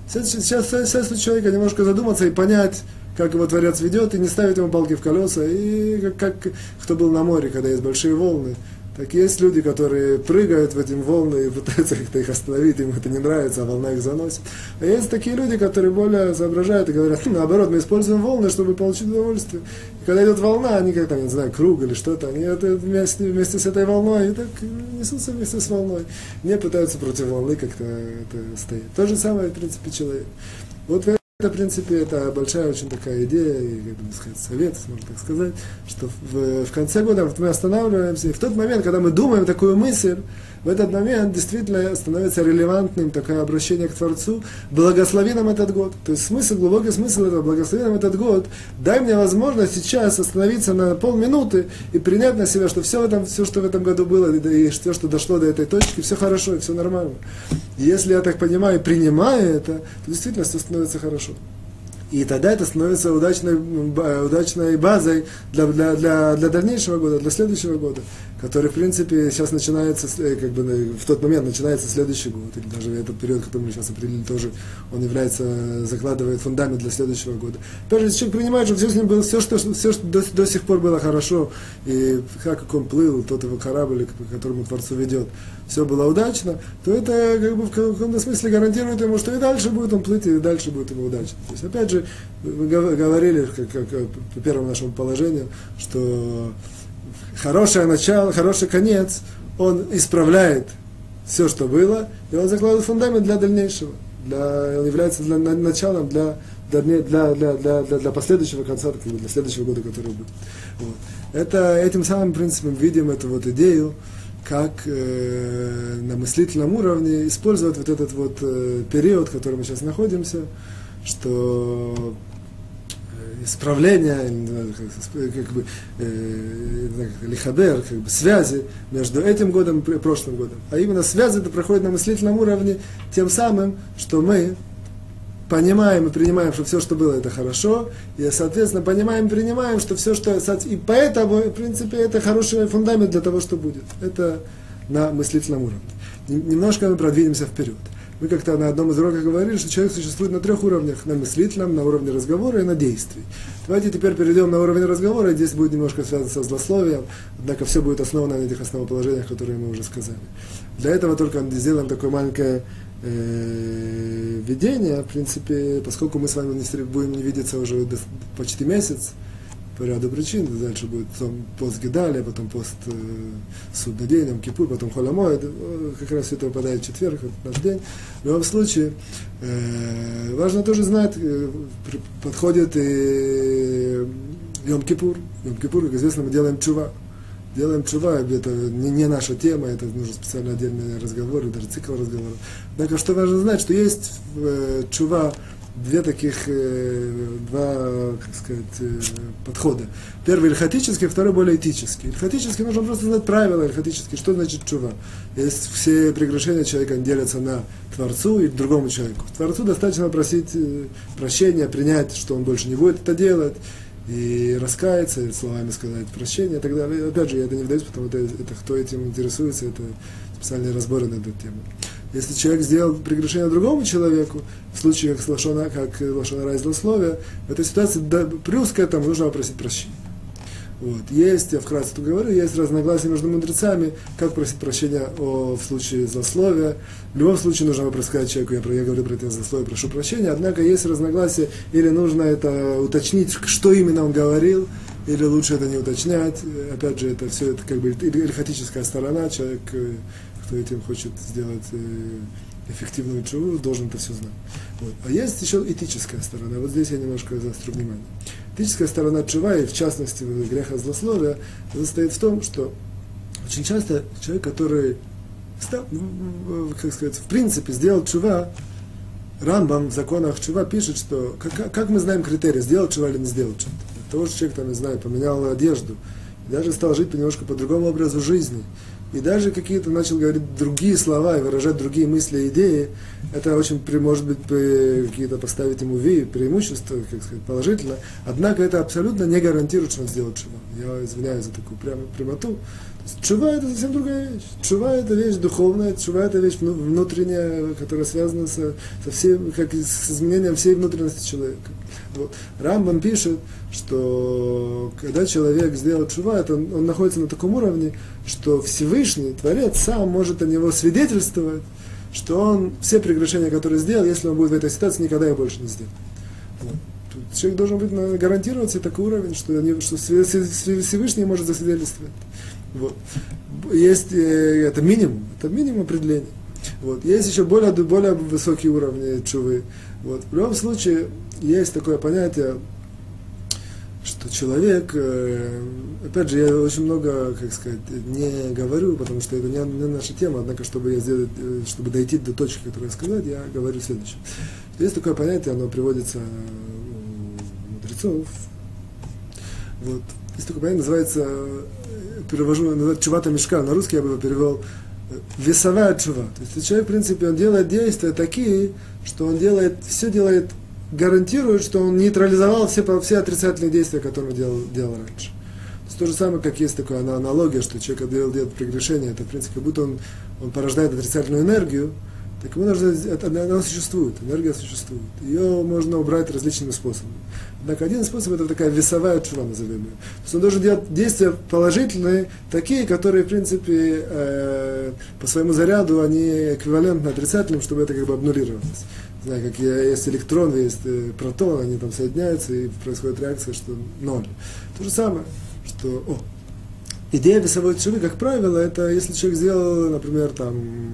Сейчас средство человека немножко задуматься и понять, как его Творец ведет, и не ставить ему палки в колеса, и как, как кто был на море, когда есть большие волны. Так есть люди, которые прыгают в эти волны и пытаются как-то их остановить, им это не нравится, а волна их заносит. А есть такие люди, которые более соображают и говорят, ну, наоборот, мы используем волны, чтобы получить удовольствие. И когда идет волна, они как-то, не знаю, круг или что-то, они это вместе, вместе с этой волной и так несутся вместе с волной. Не пытаются против волны как-то это стоять. То же самое, в принципе, человек. Вот это, в принципе, это большая очень такая идея, и, как бы сказать, совет, можно так сказать, что в, в конце года вот мы останавливаемся, и в тот момент, когда мы думаем такую мысль, в этот момент действительно становится релевантным такое обращение к Творцу. Благослови нам этот год. То есть смысл, глубокий смысл этого, благослови нам этот год. Дай мне возможность сейчас остановиться на полминуты и принять на себя, что все, в этом, все, что в этом году было, и все, что дошло до этой точки, все хорошо и все нормально. И если я так понимаю, принимаю это, то действительно все становится хорошо. И тогда это становится удачной, удачной базой для, для, для, для дальнейшего года, для следующего года, который, в принципе, сейчас начинается, как бы в тот момент начинается следующий год, или даже этот период, который мы сейчас определили, тоже он является, закладывает фундамент для следующего года. Опять же, если человек принимает, что все с ним было, все, что, все, что до, до сих пор было хорошо, и как, как он плыл, тот его корабль, к которому Творцу ведет, все было удачно, то это как бы в каком-то смысле гарантирует ему, что и дальше будет он плыть, и дальше будет ему удачно. То есть, опять же, мы говорили, как, как, по первому нашему положению, что хорошее начало, хороший конец, он исправляет все, что было, и он закладывает фундамент для дальнейшего, для, он является для, началом для, для, для, для, для, для последующего конца, для следующего года, который будет. Вот. Это, этим самым принципом видим эту вот идею, как э, на мыслительном уровне использовать вот этот вот э, период, в котором мы сейчас находимся, что исправление, как бы, э, лихабер, как бы связи между этим годом и прошлым годом. А именно связи это проходит на мыслительном уровне тем самым, что мы понимаем и принимаем, что все, что было, это хорошо, и, соответственно, понимаем и принимаем, что все, что... И поэтому, в принципе, это хороший фундамент для того, что будет. Это на мыслительном уровне. Немножко мы продвинемся вперед. Мы как-то на одном из уроков говорили, что человек существует на трех уровнях. На мыслительном, на уровне разговора и на действий. Давайте теперь перейдем на уровень разговора, и здесь будет немножко связано со злословием, однако все будет основано на этих основоположениях, которые мы уже сказали. Для этого только сделаем такое маленькое э, введение, в принципе, поскольку мы с вами не будем не видеться уже почти месяц, по ряду причин, дальше будет пост Гедалия, потом пост э, судный день, Йом Кипур, потом Холомоид, э, как раз это выпадает в четверг, это наш день. В любом случае, э, важно тоже знать, э, подходит и Йом Кипур. Йом Кипур, как известно, мы делаем чува. Делаем чува, это не, не наша тема, это нужен специально отдельный разговор, даже цикл разговоров. Однако, что важно знать, что есть э, чува, две таких, э, два, как сказать, э, подхода. Первый ильхатический, второй более этический. Ильхатический нужно просто знать правила ильхатические, что значит чува. Есть все прегрешения человека делятся на Творцу и другому человеку. Творцу достаточно просить э, прощения, принять, что он больше не будет это делать, и раскаяться, и словами сказать прощение и так далее. И опять же, я это не вдаюсь, потому что это, это кто этим интересуется, это специальные разборы на эту тему. Если человек сделал прегрешение другому человеку, в случае как лашона, как лашона и злословие, в этой ситуации да, плюс к этому нужно попросить прощения. Вот. Есть, я вкратце тут говорю, есть разногласия между мудрецами, как просить прощения о, в случае злословия. В любом случае нужно попросить сказать человеку, я, я говорю про это злословие, прошу прощения, однако есть разногласия, или нужно это уточнить, что именно он говорил, или лучше это не уточнять. Опять же, это все это как бы ильхатическая сторона, человек, кто этим хочет сделать эффективную чуву, должен это все знать. Вот. А есть еще этическая сторона. Вот здесь я немножко заострю внимание. Этическая сторона чува, и в частности греха злословия, состоит в том, что очень часто человек, который, как сказать, в принципе сделал чува, Рамбам в законах чува пишет, что как, как мы знаем критерии, сделал чува или не сделал чува. Для того, что человек, там, не знаю, поменял одежду, и даже стал жить немножко по другому образу жизни, и даже какие-то начал говорить другие слова и выражать другие мысли и идеи, это очень, может быть, какие-то поставить ему ви, преимущества, как сказать, положительно, однако это абсолютно не гарантирует, что он сделает чува. Я извиняюсь за такую прям, прямоту, Тшува — это совсем другая вещь. Тшува — это вещь духовная, тшува — это вещь внутренняя, которая связана со, со всем, как с изменением всей внутренности человека. Вот. Рамбам пишет, что когда человек сделал тшува, это он, он находится на таком уровне, что Всевышний, Творец, сам может о него свидетельствовать, что он все прегрешения, которые сделал, если он будет в этой ситуации, никогда их больше не сделает. Вот. Человек должен быть гарантировать себе такой уровень, что, они, что Всевышний может засвидетельствовать. Вот. Есть, это минимум, это минимум определения. Вот. Есть еще более, более высокие уровни тшувы. Вот. В любом случае, есть такое понятие, что человек, опять же, я очень много, как сказать, не говорю, потому что это не, не наша тема, однако, чтобы, я сделать, чтобы дойти до точки, которую я сказал, я говорю следующее. Есть такое понятие, оно приводится у мудрецов. Вот. Есть такое понятие, называется, перевожу, называется чувата мешка, на русский я бы его перевел весовая чува. То есть человек, в принципе, он делает действия такие, что он делает, все делает, гарантирует, что он нейтрализовал все, все отрицательные действия, которые он делал, делал раньше. То есть то же самое, как есть такая аналогия, что человек делает, делает прегрешение, это, в принципе, как будто он, он порождает отрицательную энергию, так ему нужно, это, она существует, энергия существует. Ее можно убрать различными способами. Однако один способ — это такая весовая чува, назовем ее. То есть он должен делать действия положительные, такие, которые, в принципе, э, по своему заряду, они эквивалентны отрицательным, чтобы это как бы обнулировалось. Знаю, как есть электрон, есть протон, они там соединяются, и происходит реакция, что ноль. То же самое, что... О, идея весовой чувы, как правило, это если человек сделал, например, там...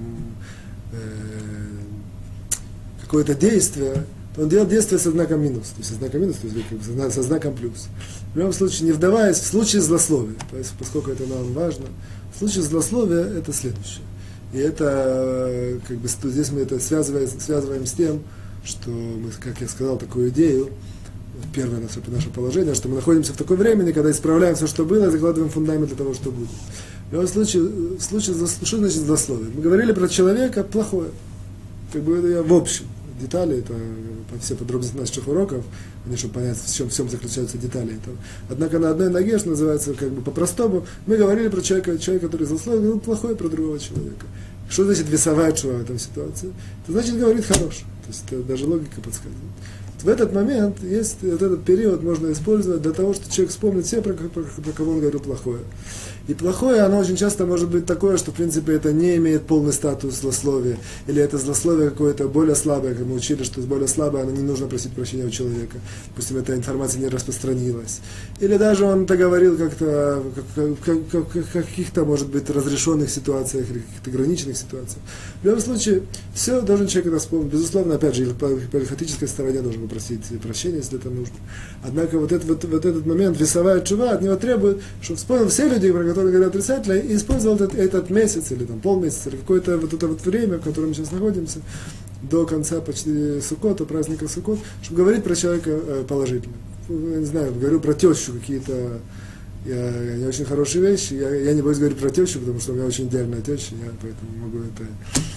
какое-то действие, то он делает действие со знаком минус. То есть со знаком минус, то есть как бы со знаком плюс. В любом случае, не вдаваясь в случае злословия, то есть, поскольку это нам важно, в случае злословия это следующее. И это, как бы, здесь мы это связываем, связываем с тем, что мы, как я сказал, такую идею, первое наше, наше положение, что мы находимся в такой времени, когда исправляем все, что было, и закладываем фундамент для того, что будет. В любом случае, в случае что значит злословие? Мы говорили про человека плохое. Как бы это я в общем. Детали, это все подробности наших уроков, они, чтобы понять, в чем, в чем заключаются детали этого. Однако на одной ноге, что называется, как бы по-простому, мы говорили про человека, человека, который злословил, говорил плохое про другого человека. Что значит весовая чува в этом ситуации? Это значит говорит хорошее. То есть это даже логика подсказывает. В этот момент, есть вот этот период можно использовать для того, чтобы человек вспомнит все, про, про, про кого он говорил плохое. И плохое, оно очень часто может быть такое, что в принципе это не имеет полный статус злословия, или это злословие какое-то более слабое, как мы учили, что более слабое, оно не нужно просить прощения у человека, допустим, эта информация не распространилась. Или даже он это говорил как-то, как, как, как, как, каких-то, может быть, разрешенных ситуациях, или каких-то ограниченных ситуациях. В любом случае, все должен человек это вспомнить. Безусловно, опять же, по, по алифатической стороне должен попросить прощения, если это нужно. Однако вот, это, вот, вот этот момент, весовая чува, от него требует, чтобы вспомнил все люди, про которые говорят отрицательно, и использовал этот, этот месяц, или там полмесяца, или какое-то вот это вот время, в котором мы сейчас находимся, до конца почти Суккота, праздника Суккот, чтобы говорить про человека э, положительно. Я не знаю, говорю про тещу какие-то я, я не очень хорошие вещи, я, я не боюсь говорить про тещу, потому что у меня очень идеальная теща, я поэтому могу это...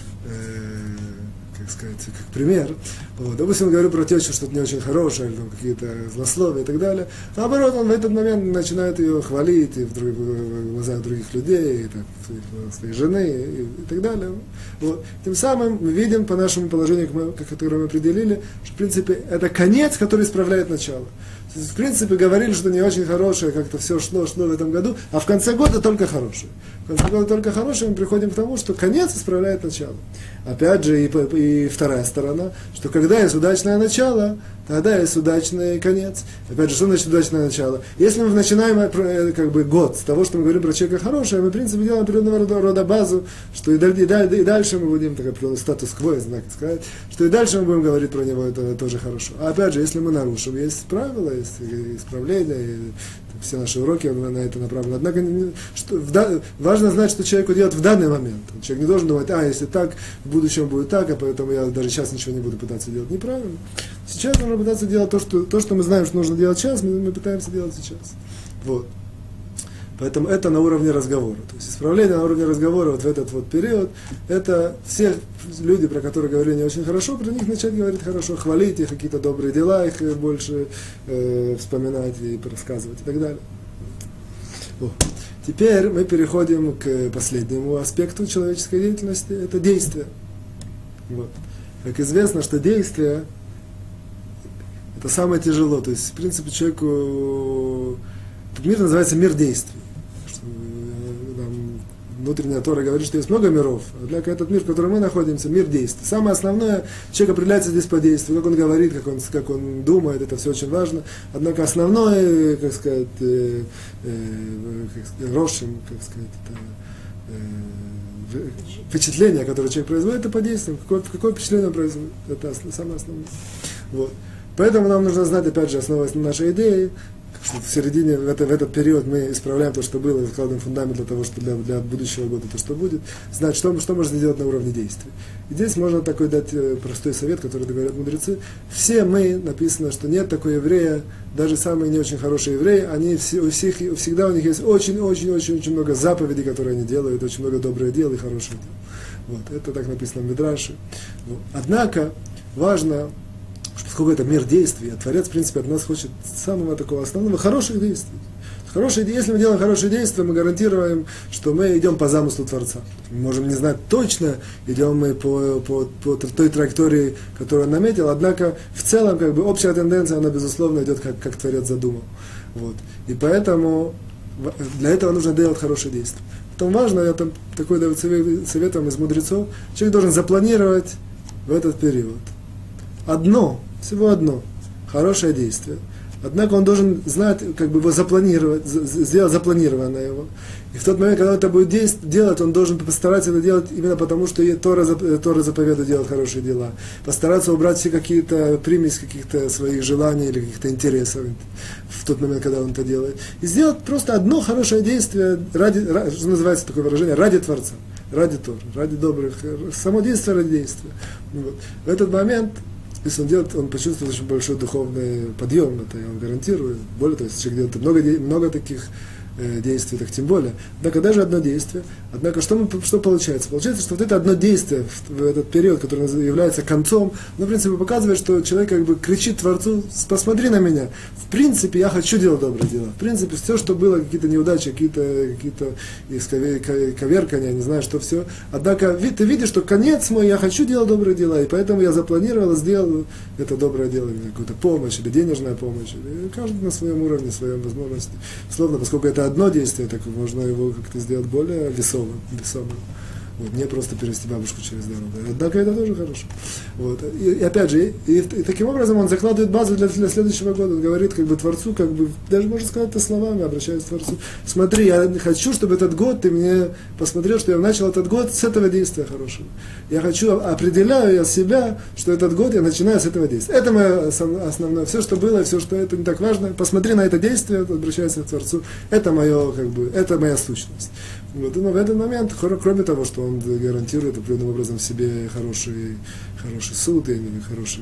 Э, как сказать, как пример. Вот. Допустим, говорю про тещу что-то не очень хорошее, или там какие-то злословия и так далее. Наоборот, он в этот момент начинает ее хвалить и в, друг, в глазах других людей, и, так, в своей жены и, и так далее. Вот. Тем самым мы видим по нашему положению, которое мы определили, что в принципе это конец, который исправляет начало. То есть, в принципе, говорили, что не очень хорошее, как-то все шло, шло в этом году, а в конце года только хорошее. В конце года только хорошее, мы приходим к тому, что конец исправляет начало. Опять же, и, и вторая сторона, что когда есть удачное начало, тогда есть удачный конец. Опять же, что значит удачное начало? Если мы начинаем как бы, год с того, что мы говорим про человека хорошее, мы, в принципе, делаем определенного рода, рода базу, что и, и, и, и дальше мы будем, так определенный статус-кво, я знаю, как сказать, что и дальше мы будем говорить про него, это тоже хорошо. А опять же, если мы нарушим, есть правила, есть исправления, и все наши уроки на это направлены. Однако что, в, важно знать, что человеку делать в данный момент. Человек не должен думать, а, если так, в будущем будет так, а поэтому я даже сейчас ничего не буду пытаться делать. Неправильно. Сейчас нужно пытаться делать то, что, то, что мы знаем, что нужно делать сейчас, мы, мы пытаемся делать сейчас. Вот. Поэтому это на уровне разговора. То есть исправление на уровне разговора вот в этот вот период, это все люди, про которые говорили не очень хорошо, про них начать говорить хорошо, хвалить их, какие-то добрые дела, их больше э, вспоминать и рассказывать и так далее. О. Теперь мы переходим к последнему аспекту человеческой деятельности, это действие. Вот. Как известно, что действие это самое тяжело. То есть, в принципе, человеку этот мир называется мир действий. Что, там, внутренняя Тора говорит, что есть много миров, однако этот мир, в котором мы находимся, мир действий. Самое основное, человек определяется здесь по действию, как он говорит, как он, как он думает, это все очень важно. Однако основное, как сказать, э, э, рошим, как сказать, это, э, впечатление, которое человек производит, это по действиям. Какое, какое впечатление он производит, это самое основное. Вот. Поэтому нам нужно знать, опять же, основываясь на нашей идее, что в середине, в, это, в этот период мы исправляем то, что было, и закладываем фундамент для того, что для, для будущего года то, что будет, знать, что, что можно сделать на уровне действий. И здесь можно такой дать простой совет, который говорят мудрецы. Все мы, написано, что нет такой еврея, даже самые не очень хорошие евреи, они все, у всех, всегда у них есть очень-очень-очень-очень много заповедей, которые они делают, очень много добрых дел и хороших дел. Вот, это так написано в Мидраше. Вот. Однако, важно, поскольку это мир действий, а Творец, в принципе, от нас хочет самого такого основного хороших действий. Хорошие, если мы делаем хорошие действия, мы гарантируем, что мы идем по замыслу Творца. Мы можем не знать точно, идем мы по, по, по той траектории, которую он наметил, однако в целом как бы, общая тенденция, она безусловно идет, как, как Творец задумал. Вот. И поэтому для этого нужно делать хорошие действия. Потом важно, я там такой даю совет вам из мудрецов, человек должен запланировать в этот период одно, всего одно хорошее действие. Однако он должен знать, как бы его запланировать, сделать запланированное его. И в тот момент, когда он это будет делать, он должен постараться это делать именно потому, что Тора, Тора заповедует делать хорошие дела. Постараться убрать все какие-то примеси каких-то своих желаний или каких-то интересов в тот момент, когда он это делает. И сделать просто одно хорошее действие, ради, что называется такое выражение, ради Творца, ради Торы, ради добрых, само действие ради действия. Вот. В этот момент, если он делает, он почувствует очень большой духовный подъем, это я вам гарантирую. Более того, если человек делает много, много таких э, действий, так тем более. Однако даже одно действие. Однако что, мы, что получается? Получается, что вот это одно действие в, в этот период, который является концом, оно, в принципе, показывает, что человек как бы кричит Творцу: посмотри на меня. В принципе, я хочу делать добрые дела. В принципе, все, что было, какие-то неудачи, какие-то, какие-то коверкания, не знаю, что все. Однако ты видишь, что конец мой, я хочу делать добрые дела, и поэтому я запланировал, сделал это доброе дело, или какую-то помощь, или денежная помощь, или каждый на своем уровне, своей возможности. Словно, поскольку это одно действие, так можно его как-то сделать более весомым, весомым. Вот, не просто перевести бабушку через дорогу. Однако это тоже хорошо. Вот. И, и опять же, и, и, и таким образом он закладывает базу для, для следующего года. Он говорит как бы Творцу, как бы, даже можно сказать это словами, обращаясь к Творцу: смотри, я хочу, чтобы этот год ты мне посмотрел, что я начал этот год с этого действия хорошего. Я хочу, определяю я себя, что этот год я начинаю с этого действия. Это мое основное. Все, что было, все, что это не так важно. Посмотри на это действие, обращаясь к Творцу. Это мое, как бы, это моя сущность. Вот, но в этот момент, кроме того, что он гарантирует определенным образом себе хороший, хороший суд или хороший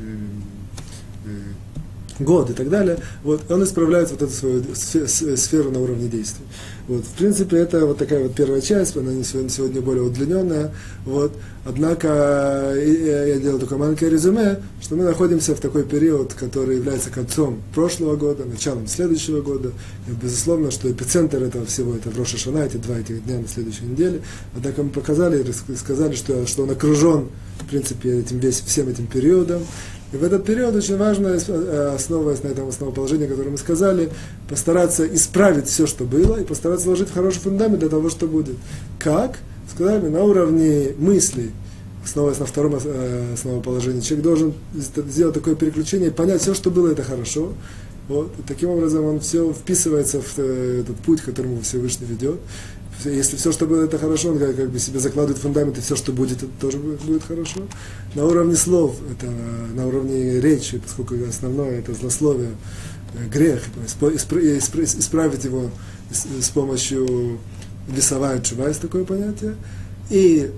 э, год и так далее, вот, он исправляет вот эту свою сферу на уровне действий. Вот, в принципе, это вот такая вот первая часть, она сегодня, сегодня более удлиненная. Вот. Однако я делал такое маленькое резюме, что мы находимся в такой период, который является концом прошлого года, началом следующего года. И, безусловно, что эпицентр этого всего, это в Рош ха-Шана, эти два этих дня на следующей неделе. Однако мы показали и сказали, что, что он окружен, в принципе, этим, весь, всем этим периодом. И в этот период очень важно, основываясь на этом основоположении, которое мы сказали, постараться исправить все, что было, и постараться сложить хороший фундамент для того, что будет. Как? Сказали, на уровне мыслей, основываясь на втором основоположении, человек должен сделать такое переключение, понять, все, что было, это хорошо. Вот. И таким образом он все вписывается в этот путь, к которому Всевышний ведет. Если все, что было, это хорошо, он как, как бы себе закладывает фундамент, и все, что будет, это тоже будет, будет хорошо. На уровне слов, это на уровне речи, поскольку основное это злословие, грех, исправить его с помощью весовая чува, есть такое понятие. И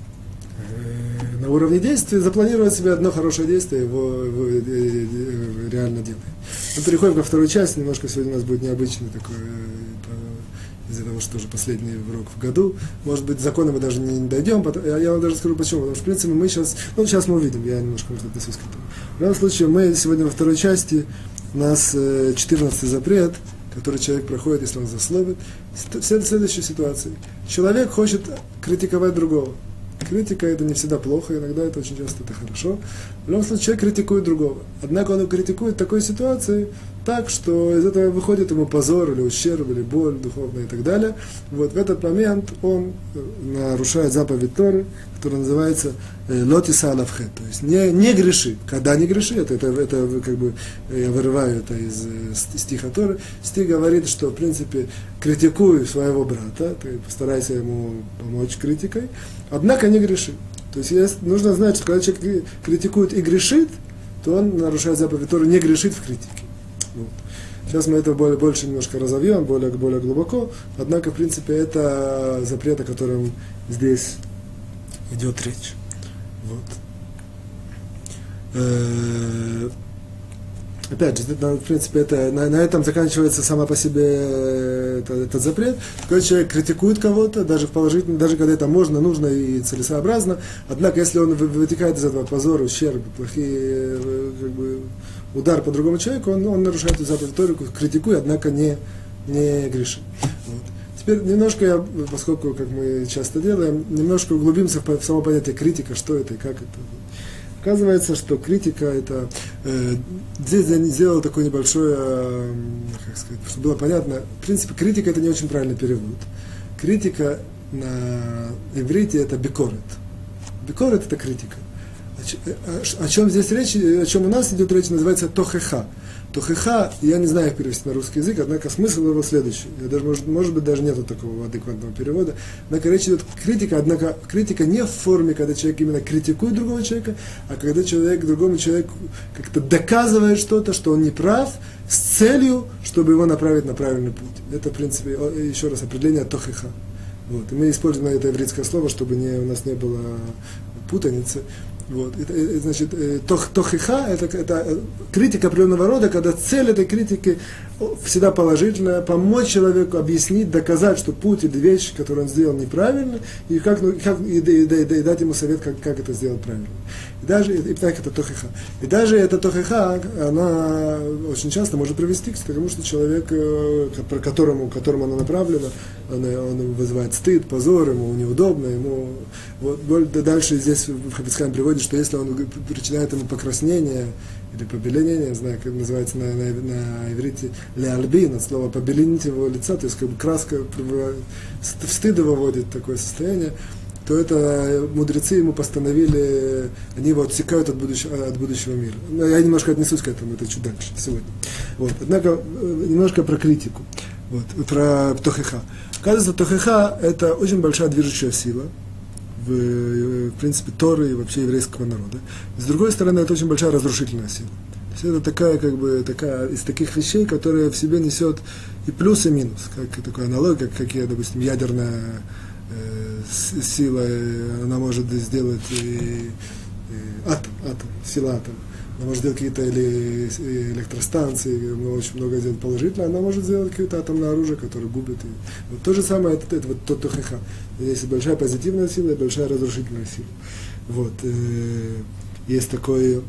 на уровне действия запланировать себе одно хорошее действие, его, его реально делать. Мы переходим ко второй части, немножко сегодня у нас будет необычный такой, из-за того, что тоже последний урок в году. Может быть, законы мы даже не дойдем, я вам даже скажу почему. Потому что, в принципе, мы сейчас, ну, сейчас мы увидим, я немножко отнесусь к этому. В любом случае, мы сегодня во второй части, у нас четырнадцатый запрет, который человек проходит, если он злословит. В следующей ситуации. Человек хочет критиковать другого. Критика это не всегда плохо, иногда это очень часто это хорошо. В любом случае человек критикует другого. Однако он критикует в такой ситуации так, что из этого выходит ему позор, или ущерб, или боль духовная и так далее. Вот в этот момент он нарушает заповедь Торы, которая называется «Лотиса алавхет», то есть не, не греши. Когда не греши, это, это, это как бы я вырываю это из стиха Торы. Стих говорит, что в принципе критикуй своего брата, ты постарайся ему помочь критикой, однако не греши. То есть есть, нужно знать, что когда человек критикует и грешит, то он нарушает заповедь Торы, не грешит в критике. Вот. Сейчас мы это более, больше немножко разовьем, более, более глубоко, однако, в принципе, это запрет, о котором здесь идет речь. Вот. Э-э- Опять же, это, в принципе, это, на, на этом заканчивается сама по себе это, этот запрет. Когда человек критикует кого-то, даже в положительном, даже когда это можно, нужно и целесообразно, однако, если он вытекает из этого позор, ущерб, плохие, как бы, удар по другому человеку, он, он нарушает эту заповедь Торы, критикует, однако не, не грешит. Вот. Теперь немножко, я, поскольку, как мы часто делаем, немножко углубимся в само понятие критика, что это и как это. Оказывается, что критика это... Э, здесь я сделал такое небольшое, э, как сказать, чтобы было понятно. В принципе, критика это не очень правильный перевод. Критика на иврите это бикорет. Бикорет это критика. О, о, о чем здесь речь, о чем у нас идет речь, называется тохеха. Тохеха, я не знаю, как перевести на русский язык, однако смысл его следующий. Я даже, может, может быть, даже нету такого адекватного перевода. Однако речь идет критика, однако критика не в форме, когда человек именно критикует другого человека, а когда человек другому человеку как-то доказывает что-то, что он не прав, с целью, чтобы его направить на правильный путь. Это, в принципе, еще раз определение тохеха. Вот. И мы используем это еврейское слово, чтобы не, у нас не было путаницы. Вот. Это, значит, тох, тохиха это, это критика определенного рода, когда цель этой критики всегда положительная, помочь человеку, объяснить, доказать, что путь или вещь, которую он сделал, неправильно, и, как, ну, как, и, и, и, и дать ему совет, как, как это сделать правильно. И даже и, и так это тохиха. И даже эта тохиха, она очень часто может привести к тому, что человек, к которому, к которому она направлена, он, он вызывает стыд, позор, ему неудобно, ему вот, дальше здесь в Хафец-Хаим приводит, что если он причиняет ему покраснение или побеленение, не знаю, как называется на, на, на иврите, леальбин, от слова побеленить его лица, то есть как бы краска в стыд выводит такое состояние, то это мудрецы ему постановили, они его отсекают от будущего, от будущего мира. Но я немножко отнесусь к этому, это чуть дальше, сегодня. Вот. Однако, немножко про критику, вот, про тохеха. Оказывается, тохеха – это очень большая движущая сила, в, в принципе, Торы и вообще еврейского народа. С другой стороны, это очень большая разрушительная сила. То есть это такая, как бы, такая из таких вещей, которые в себе несет и плюс, и минус. Как такая аналогия, как, как допустим, ядерная э, сила, она может сделать и, и атом, атом, сила атома. Она может сделать какие-то или электростанции, мы очень много делать положительно, она может сделать какое-то атомное оружие, которое губит. И вот то же самое, это, это вот тот тохеха. Есть большая позитивная сила и большая разрушительная сила. Вот. Есть такое...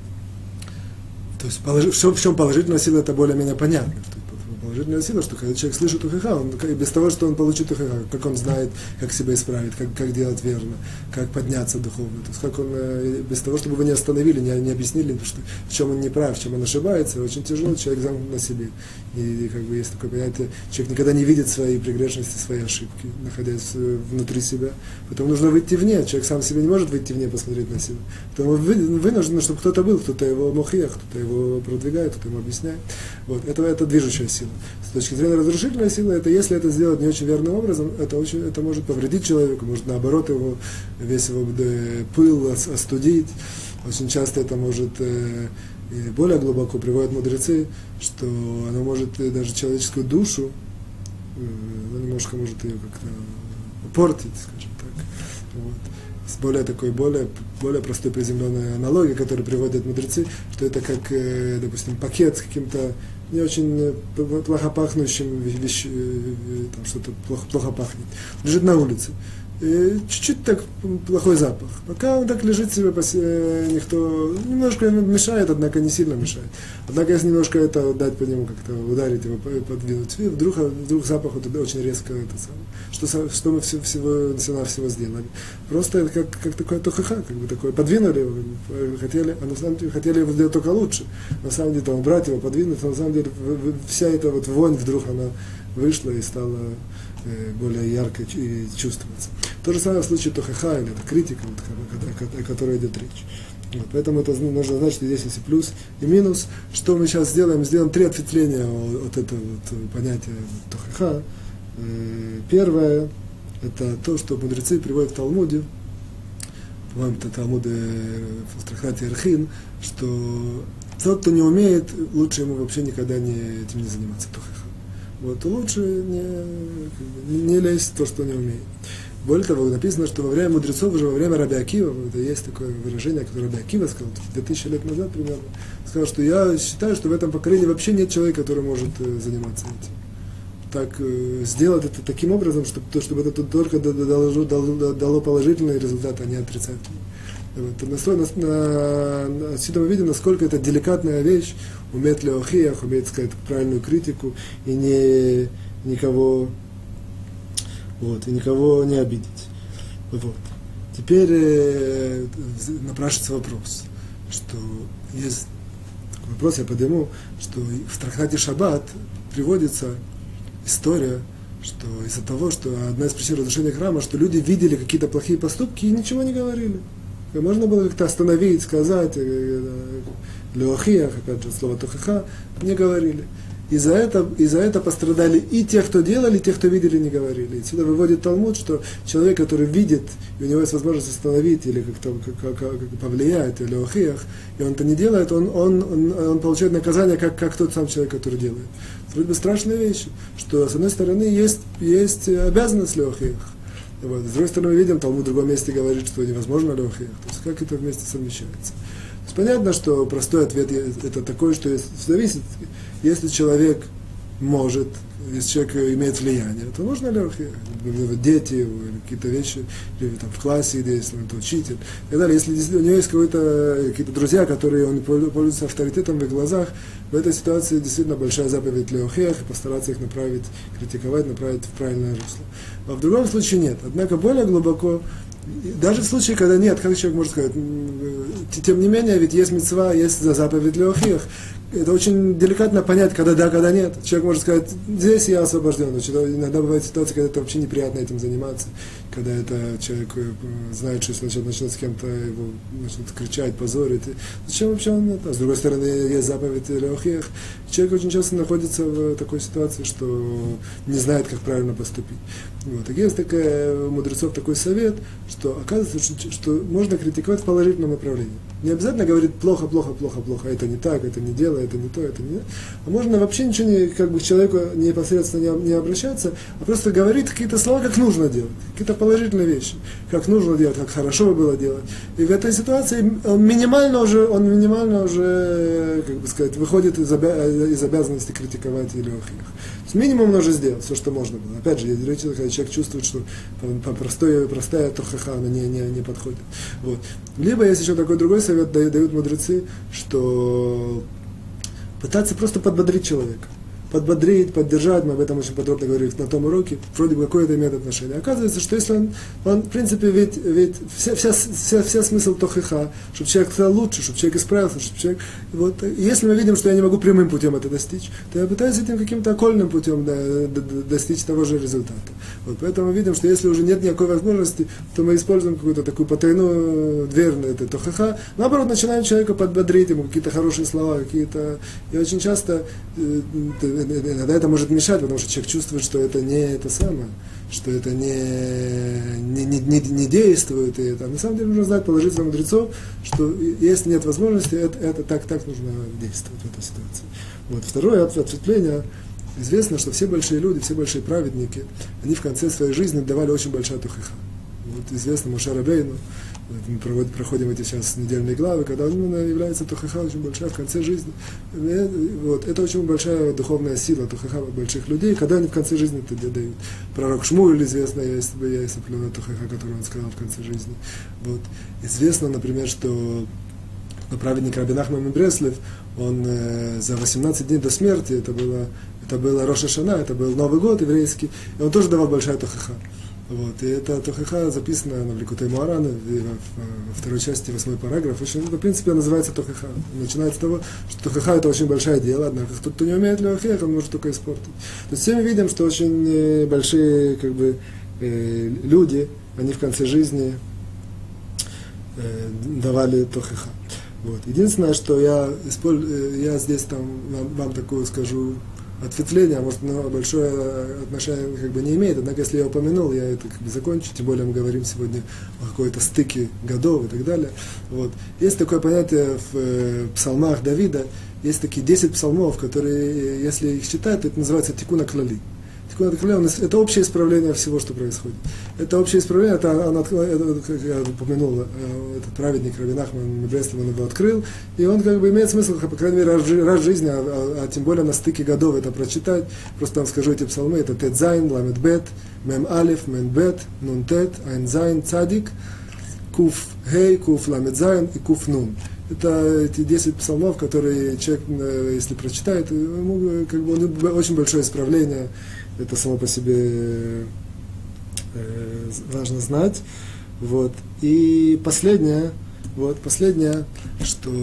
То есть положи, в чем положительная сила, это более-менее понятно. Положительная сила, что когда человек слышит тохеха, он без того, что он получит тохеха, как он знает, как себя исправить, как, как делать верно, как подняться духовно. То есть как он, без того, чтобы его не остановили, не, не объяснили, что, в чем он не прав, в чем он ошибается, очень тяжело, человек замкнут на себе. И, и как бы есть такое понятие, человек никогда не видит свои прегрешности, свои ошибки, находясь внутри себя. Поэтому нужно выйти вне, человек сам себе не может выйти вне, посмотреть на себя. Поэтому вынужден, чтобы кто-то был, кто-то его мохиях, кто-то его продвигает, кто-то ему объясняет. Вот. Это, это движущая сила. С точки зрения разрушительной силы, это если это сделать не очень верным образом, это, очень, это может повредить человеку, может наоборот его, весь его пыл остудить. Очень часто это может э, и более глубоко приводят мудрецы, что оно может даже человеческую душу, э, немножко может ее как-то портить, скажем так. Вот. С более такой, более, более простой приземленной аналогией, которую приводят мудрецы, что это как, э, допустим, пакет с каким-то не очень плохо пахнущим вещь, там что-то плохо, плохо пахнет, лежит на улице. И чуть-чуть так плохой запах. Пока он так лежит себе, никто немножко мешает, однако не сильно мешает. Однако если немножко это дать по нему, как-то ударить его, подвинуть, и вдруг, вдруг запах вот очень резко это самое. Что, что мы всего, всего, всего, всего сделали? Просто это как, как такое тухаха, как бы такое, подвинули его, хотели, а на самом деле хотели его сделать только лучше. На самом деле, там, убрать его, подвинуть, а на самом деле вся эта вот вонь вдруг она вышла и стала более ярко и чувствоваться. То же самое в случае тохаха, или это критика, вот, о которой идет речь. Вот, поэтому это нужно знать, что здесь есть и плюс, и минус. Что мы сейчас сделаем? Сделаем три ответвления от этого вот понятия тохаха. Первое, это то, что мудрецы приводят в Талмуде, по-моему, это Талмуд в трактате Эрхин, что тот, кто не умеет, лучше ему вообще никогда не, этим не заниматься тохаха. Вот, лучше не, не лезть в то, что не умеет. Более того, написано, что во время мудрецов, уже во время Раби Акива, это есть такое выражение, которое Раби Акива сказал, две тысячи лет назад примерно, сказал, что я считаю, что в этом поколении вообще нет человека, который может заниматься этим. Так, сделать это таким образом, чтобы, чтобы это только дало, дало, дало положительный результат, а не отрицательный. Вот. Настроено, на, отсюда мы видим, насколько это деликатная вещь, уметь леохиях, уметь сказать правильную критику и не, никого, вот, и никого не обидеть. Вот. Теперь э, напрашивается вопрос, что есть такой вопрос, я подниму, что в трактате Шаббат приводится история, что из-за того, что одна из причин разрушения храма, что люди видели какие-то плохие поступки и ничего не говорили. Можно было как-то остановить, сказать, леохиях, опять же, слово тохаха, не говорили. И за это, и за это пострадали и те, кто делали, и те, кто видели, не говорили. И сюда выводит Талмуд, что человек, который видит, и у него есть возможность остановить или как-то как, как, как повлиять, или леохиях, и он это не делает, он, он, он, он получает наказание, как, как тот сам человек, который делает. Это вроде бы страшные вещи, что с одной стороны есть, есть обязанность леохиях. Вот. С другой стороны, мы видим, Талмуд в другом месте говорит, что невозможно леохиях. То есть как это вместе совмещается. То есть понятно, что простой ответ это такой, что зависит, если человек может, если человек имеет влияние, то нужно леохиях. Дети, или какие-то вещи, или там в классе, или если он это учитель, и так далее. Если у него есть какие-то друзья, которые он пользуется авторитетом в их глазах, в этой ситуации действительно большая заповедь леохиях, и постараться их направить, критиковать, направить в правильное русло. А в другом случае нет. Однако более глубоко, даже в случае, когда нет, как человек может сказать, тем не менее, ведь есть мицва, есть заповедь леохиях. Это очень деликатно понять, когда да, когда нет. Человек может сказать, здесь я освобожден. Иногда бывают ситуации, когда это вообще неприятно этим заниматься, когда это человек знает, что если начнет, начнет с кем-то его начнет кричать, позорить. Зачем вообще он это? С другой стороны, есть заповедь леохиях. Человек очень часто находится в такой ситуации, что не знает, как правильно поступить. Вот. И есть такая, у мудрецов такой совет, что оказывается, что, что можно критиковать в положительном направлении. Не обязательно говорить плохо, плохо, плохо, плохо, это не так, это не дело, это не то, это не... А можно вообще ничего не, как бы к человеку непосредственно не, не обращаться, а просто говорить какие-то слова, как нужно делать, какие-то положительные вещи, как нужно делать, как хорошо было делать. И в этой ситуации он минимально уже, он минимально уже, как бы сказать, выходит из, обя... из обязанности критиковать или охиях. Минимум он уже сделал, все, что можно было. Опять же, речь, когда человек чувствует, что простое, простая тохаха, она не, не, не подходит. Вот. Либо есть еще такой другой совет, дают мудрецы, что пытаться просто подбодрить человека. Подбодрить, поддержать, мы об этом очень подробно говорили на том уроке, вроде бы какое это имеет отношение. Оказывается, что если он, он в принципе, ведь, ведь вся, вся, вся, вся смысл тохиха, чтобы человек стал лучше, чтобы человек исправился, чтобы человек... Вот, если мы видим, что я не могу прямым путем это достичь, то я пытаюсь этим каким-то окольным путем да, достичь того же результата. Вот, поэтому мы видим, что если уже нет никакой возможности, то мы используем какую-то такую потайную дверь на это тохиха, наоборот, начинаем человека подбодрить, ему какие-то хорошие слова, какие-то... И очень часто... Иногда это может мешать, потому что человек чувствует, что это не это самое, что это не, не, не, не, не действует. И это. На самом деле нужно знать положительных мудрецов, что если нет возможности, это, это так, так нужно действовать в этой ситуации. Вот. Второе ответвление. Известно, что все большие люди, все большие праведники, они в конце своей жизни давали очень большая тухиха. вот известно Моше Рабейну, мы проводим, проходим эти сейчас недельные главы, когда он именно является тухаха очень большая в конце жизни. Вот, это очень большая духовная сила тухаха больших людей, когда они в конце жизни это дают. Пророк Шмуэль известно, есть, есть определенная тухаха, которую он сказал в конце жизни. Вот. Известно, например, что праведник Раби Нахман мин Бреслев, он э, за восемнадцать дней до смерти, это было, это было Рош ха-Шана, это был Новый год еврейский, и он тоже давал большая тухаха. Вот, и эта тухаха записана на Ликутей Моарана во второй части, восьмой параграф. Очень, в принципе, называется тухаха. Начинается с того, что тухаха это очень большое дело, однако тот, кто не умеет лехех, он может только испортить. То есть все мы видим, что очень большие как бы, э, люди, они в конце жизни э, давали тухаха. Вот. Единственное, что я, использую, я здесь там, вам, вам такую скажу ответвление, а может, оно большое отношение как бы не имеет, однако, если я упомянул, я это как бы закончу, тем более мы говорим сегодня о какой-то стыке годов и так далее. Вот. Есть такое понятие в э, псалмах Давида, есть такие десять псалмов, которые, если их читать, то это называется тикун аклали. Тикун аклали – это общее исправление всего, что происходит. Это общее исправление, это, он, это, как я упомянул, этот праведник Раби Нахман мин Бреслев, он его открыл, и он как бы имеет смысл, по крайней мере, раз, раз в жизни, а, а, а тем более на стыке годов это прочитать. Просто вам скажу эти псалмы, это Тет Зайн, Ламет Бет, Мем Алиф, Мен Бет, Нун Тет, Айн Зайн, Цадик, Куф Хей, Куф Ламет Зайн и Куф Нун. Это эти десять псалмов, которые человек, если прочитает, ему как бы, очень большое исправление, это само по себе важно знать. Вот. И последнее, вот, последнее, что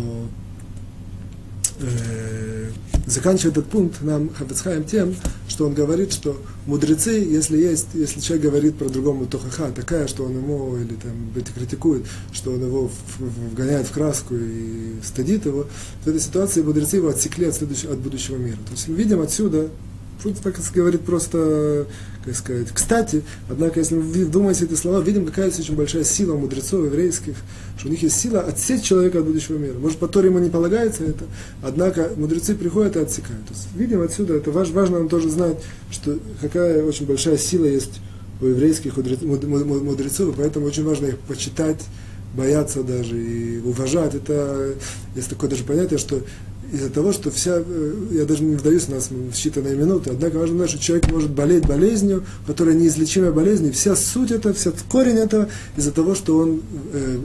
э, заканчивает этот пункт нам Хафец Хаим тем, что он говорит, что мудрецы, если есть, если человек говорит про другому тухаха, такая, что он ему или там критикует, что он его вгоняет в краску и стыдит его, в этой ситуации мудрецы его отсекли от, следующего, от будущего мира. То есть мы видим отсюда, так говорит просто, как сказать, кстати, однако, если мы вдумаемся в эти слова, видим, какая есть очень большая сила у мудрецов еврейских, что у них есть сила отсечь человека от будущего мира. Может, по Торе ему не полагается это, однако мудрецы приходят и отсекают. То есть, видим отсюда, это важно нам тоже знать, что какая очень большая сила есть у еврейских мудрецов, и поэтому очень важно их почитать, бояться даже и уважать. Это есть такое даже понятие, что из-за того, что вся, я даже не вдаюсь, у нас в считанные минуты, однако важно знать, что человек может болеть болезнью, которая неизлечимая болезнь, и вся суть этого, вся корень этого из-за того, что он, э,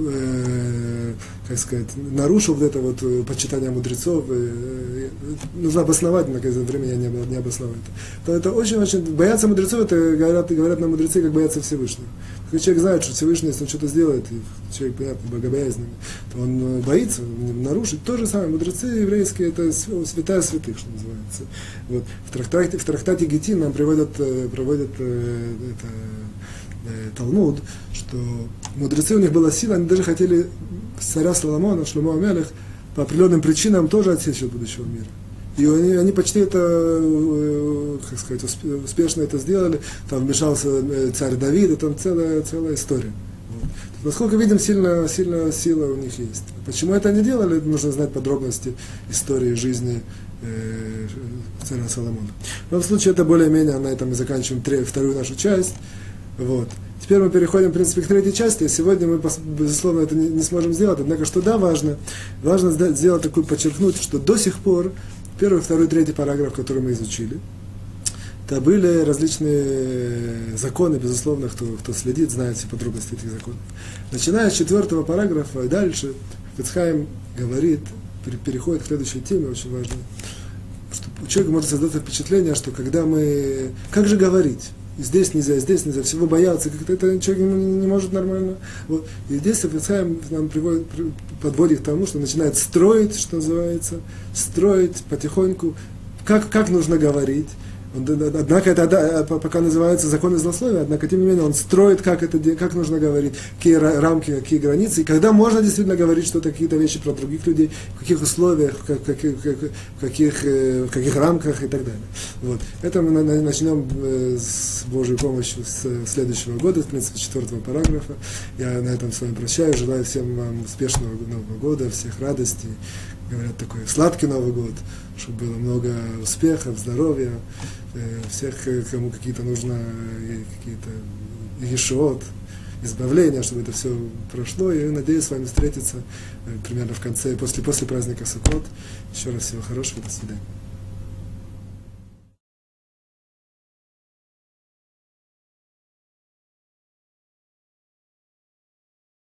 э, как сказать, нарушил вот это вот почитание мудрецов, э, нужно обосновать, но за время я не, не обосновал это. То это очень-очень, бояться мудрецов, это говорят, говорят нам мудрецы, как боятся Всевышнего. Когда человек знает, что Всевышний, если он что-то сделает, и человек, понятно, богобоязненный, то он боится нарушить. То же самое, мудрецы еврейские, это святая святых, что называется. Вот. В трактате, в трактате Гитин нам приводят, проводят э, это, э, Талмуд, что мудрецы, у них была сила, они даже хотели царя Соломона, Шломо ха-Мелех, по определенным причинам тоже отсечь от будущего мира. И они, они почти это, как сказать, успешно это сделали. Там вмешался царь Давид, и там целая, целая история. Вот. Насколько видим, сильно, сильно сила у них есть. Почему это они делали, нужно знать подробности истории жизни э, царя Соломона. В любом случае, это более-менее, на этом мы заканчиваем тре, вторую нашу часть. Вот. Теперь мы переходим, в принципе, к третьей части. Сегодня мы, безусловно, это не, не сможем сделать. Однако, что да, важно, важно сделать такую, подчеркнуть, что до сих пор первый, второй, третий параграф, который мы изучили, это были различные законы, безусловно, кто, кто следит, знает все подробности этих законов. Начиная с четвертого параграфа и дальше, Хафец Хаим говорит, переходит к следующей теме, очень важной, что у человека может создаться впечатление, что когда мы... Как же говорить? Здесь нельзя, здесь нельзя, всего бояться, как-то это человек не, не может нормально. Вот. И здесь Хафец Хаим нам приводит, подводит к тому, что начинает строить, что называется, строить потихоньку, как, как нужно говорить. Он, однако это да, пока называется законы злословия, однако тем не менее он строит, как, это, как нужно говорить, какие рамки, какие границы, и когда можно действительно говорить что-то, какие-то вещи про других людей, в каких условиях, в каких, в каких, в каких рамках и так далее. Вот. Это мы начнем с Божьей помощью с следующего года, в принципе, с четвертого параграфа. Я на этом с вами прощаюсь, желаю всем вам успешного Нового года, всех радостей, говорят, такой сладкий Новый год, чтобы было много успехов, здоровья, всех, кому какие-то нужно какие-то ешот, избавления, чтобы это все прошло. И надеюсь с вами встретиться примерно в конце, после, после праздника Суккот. Еще раз всего хорошего, до свидания.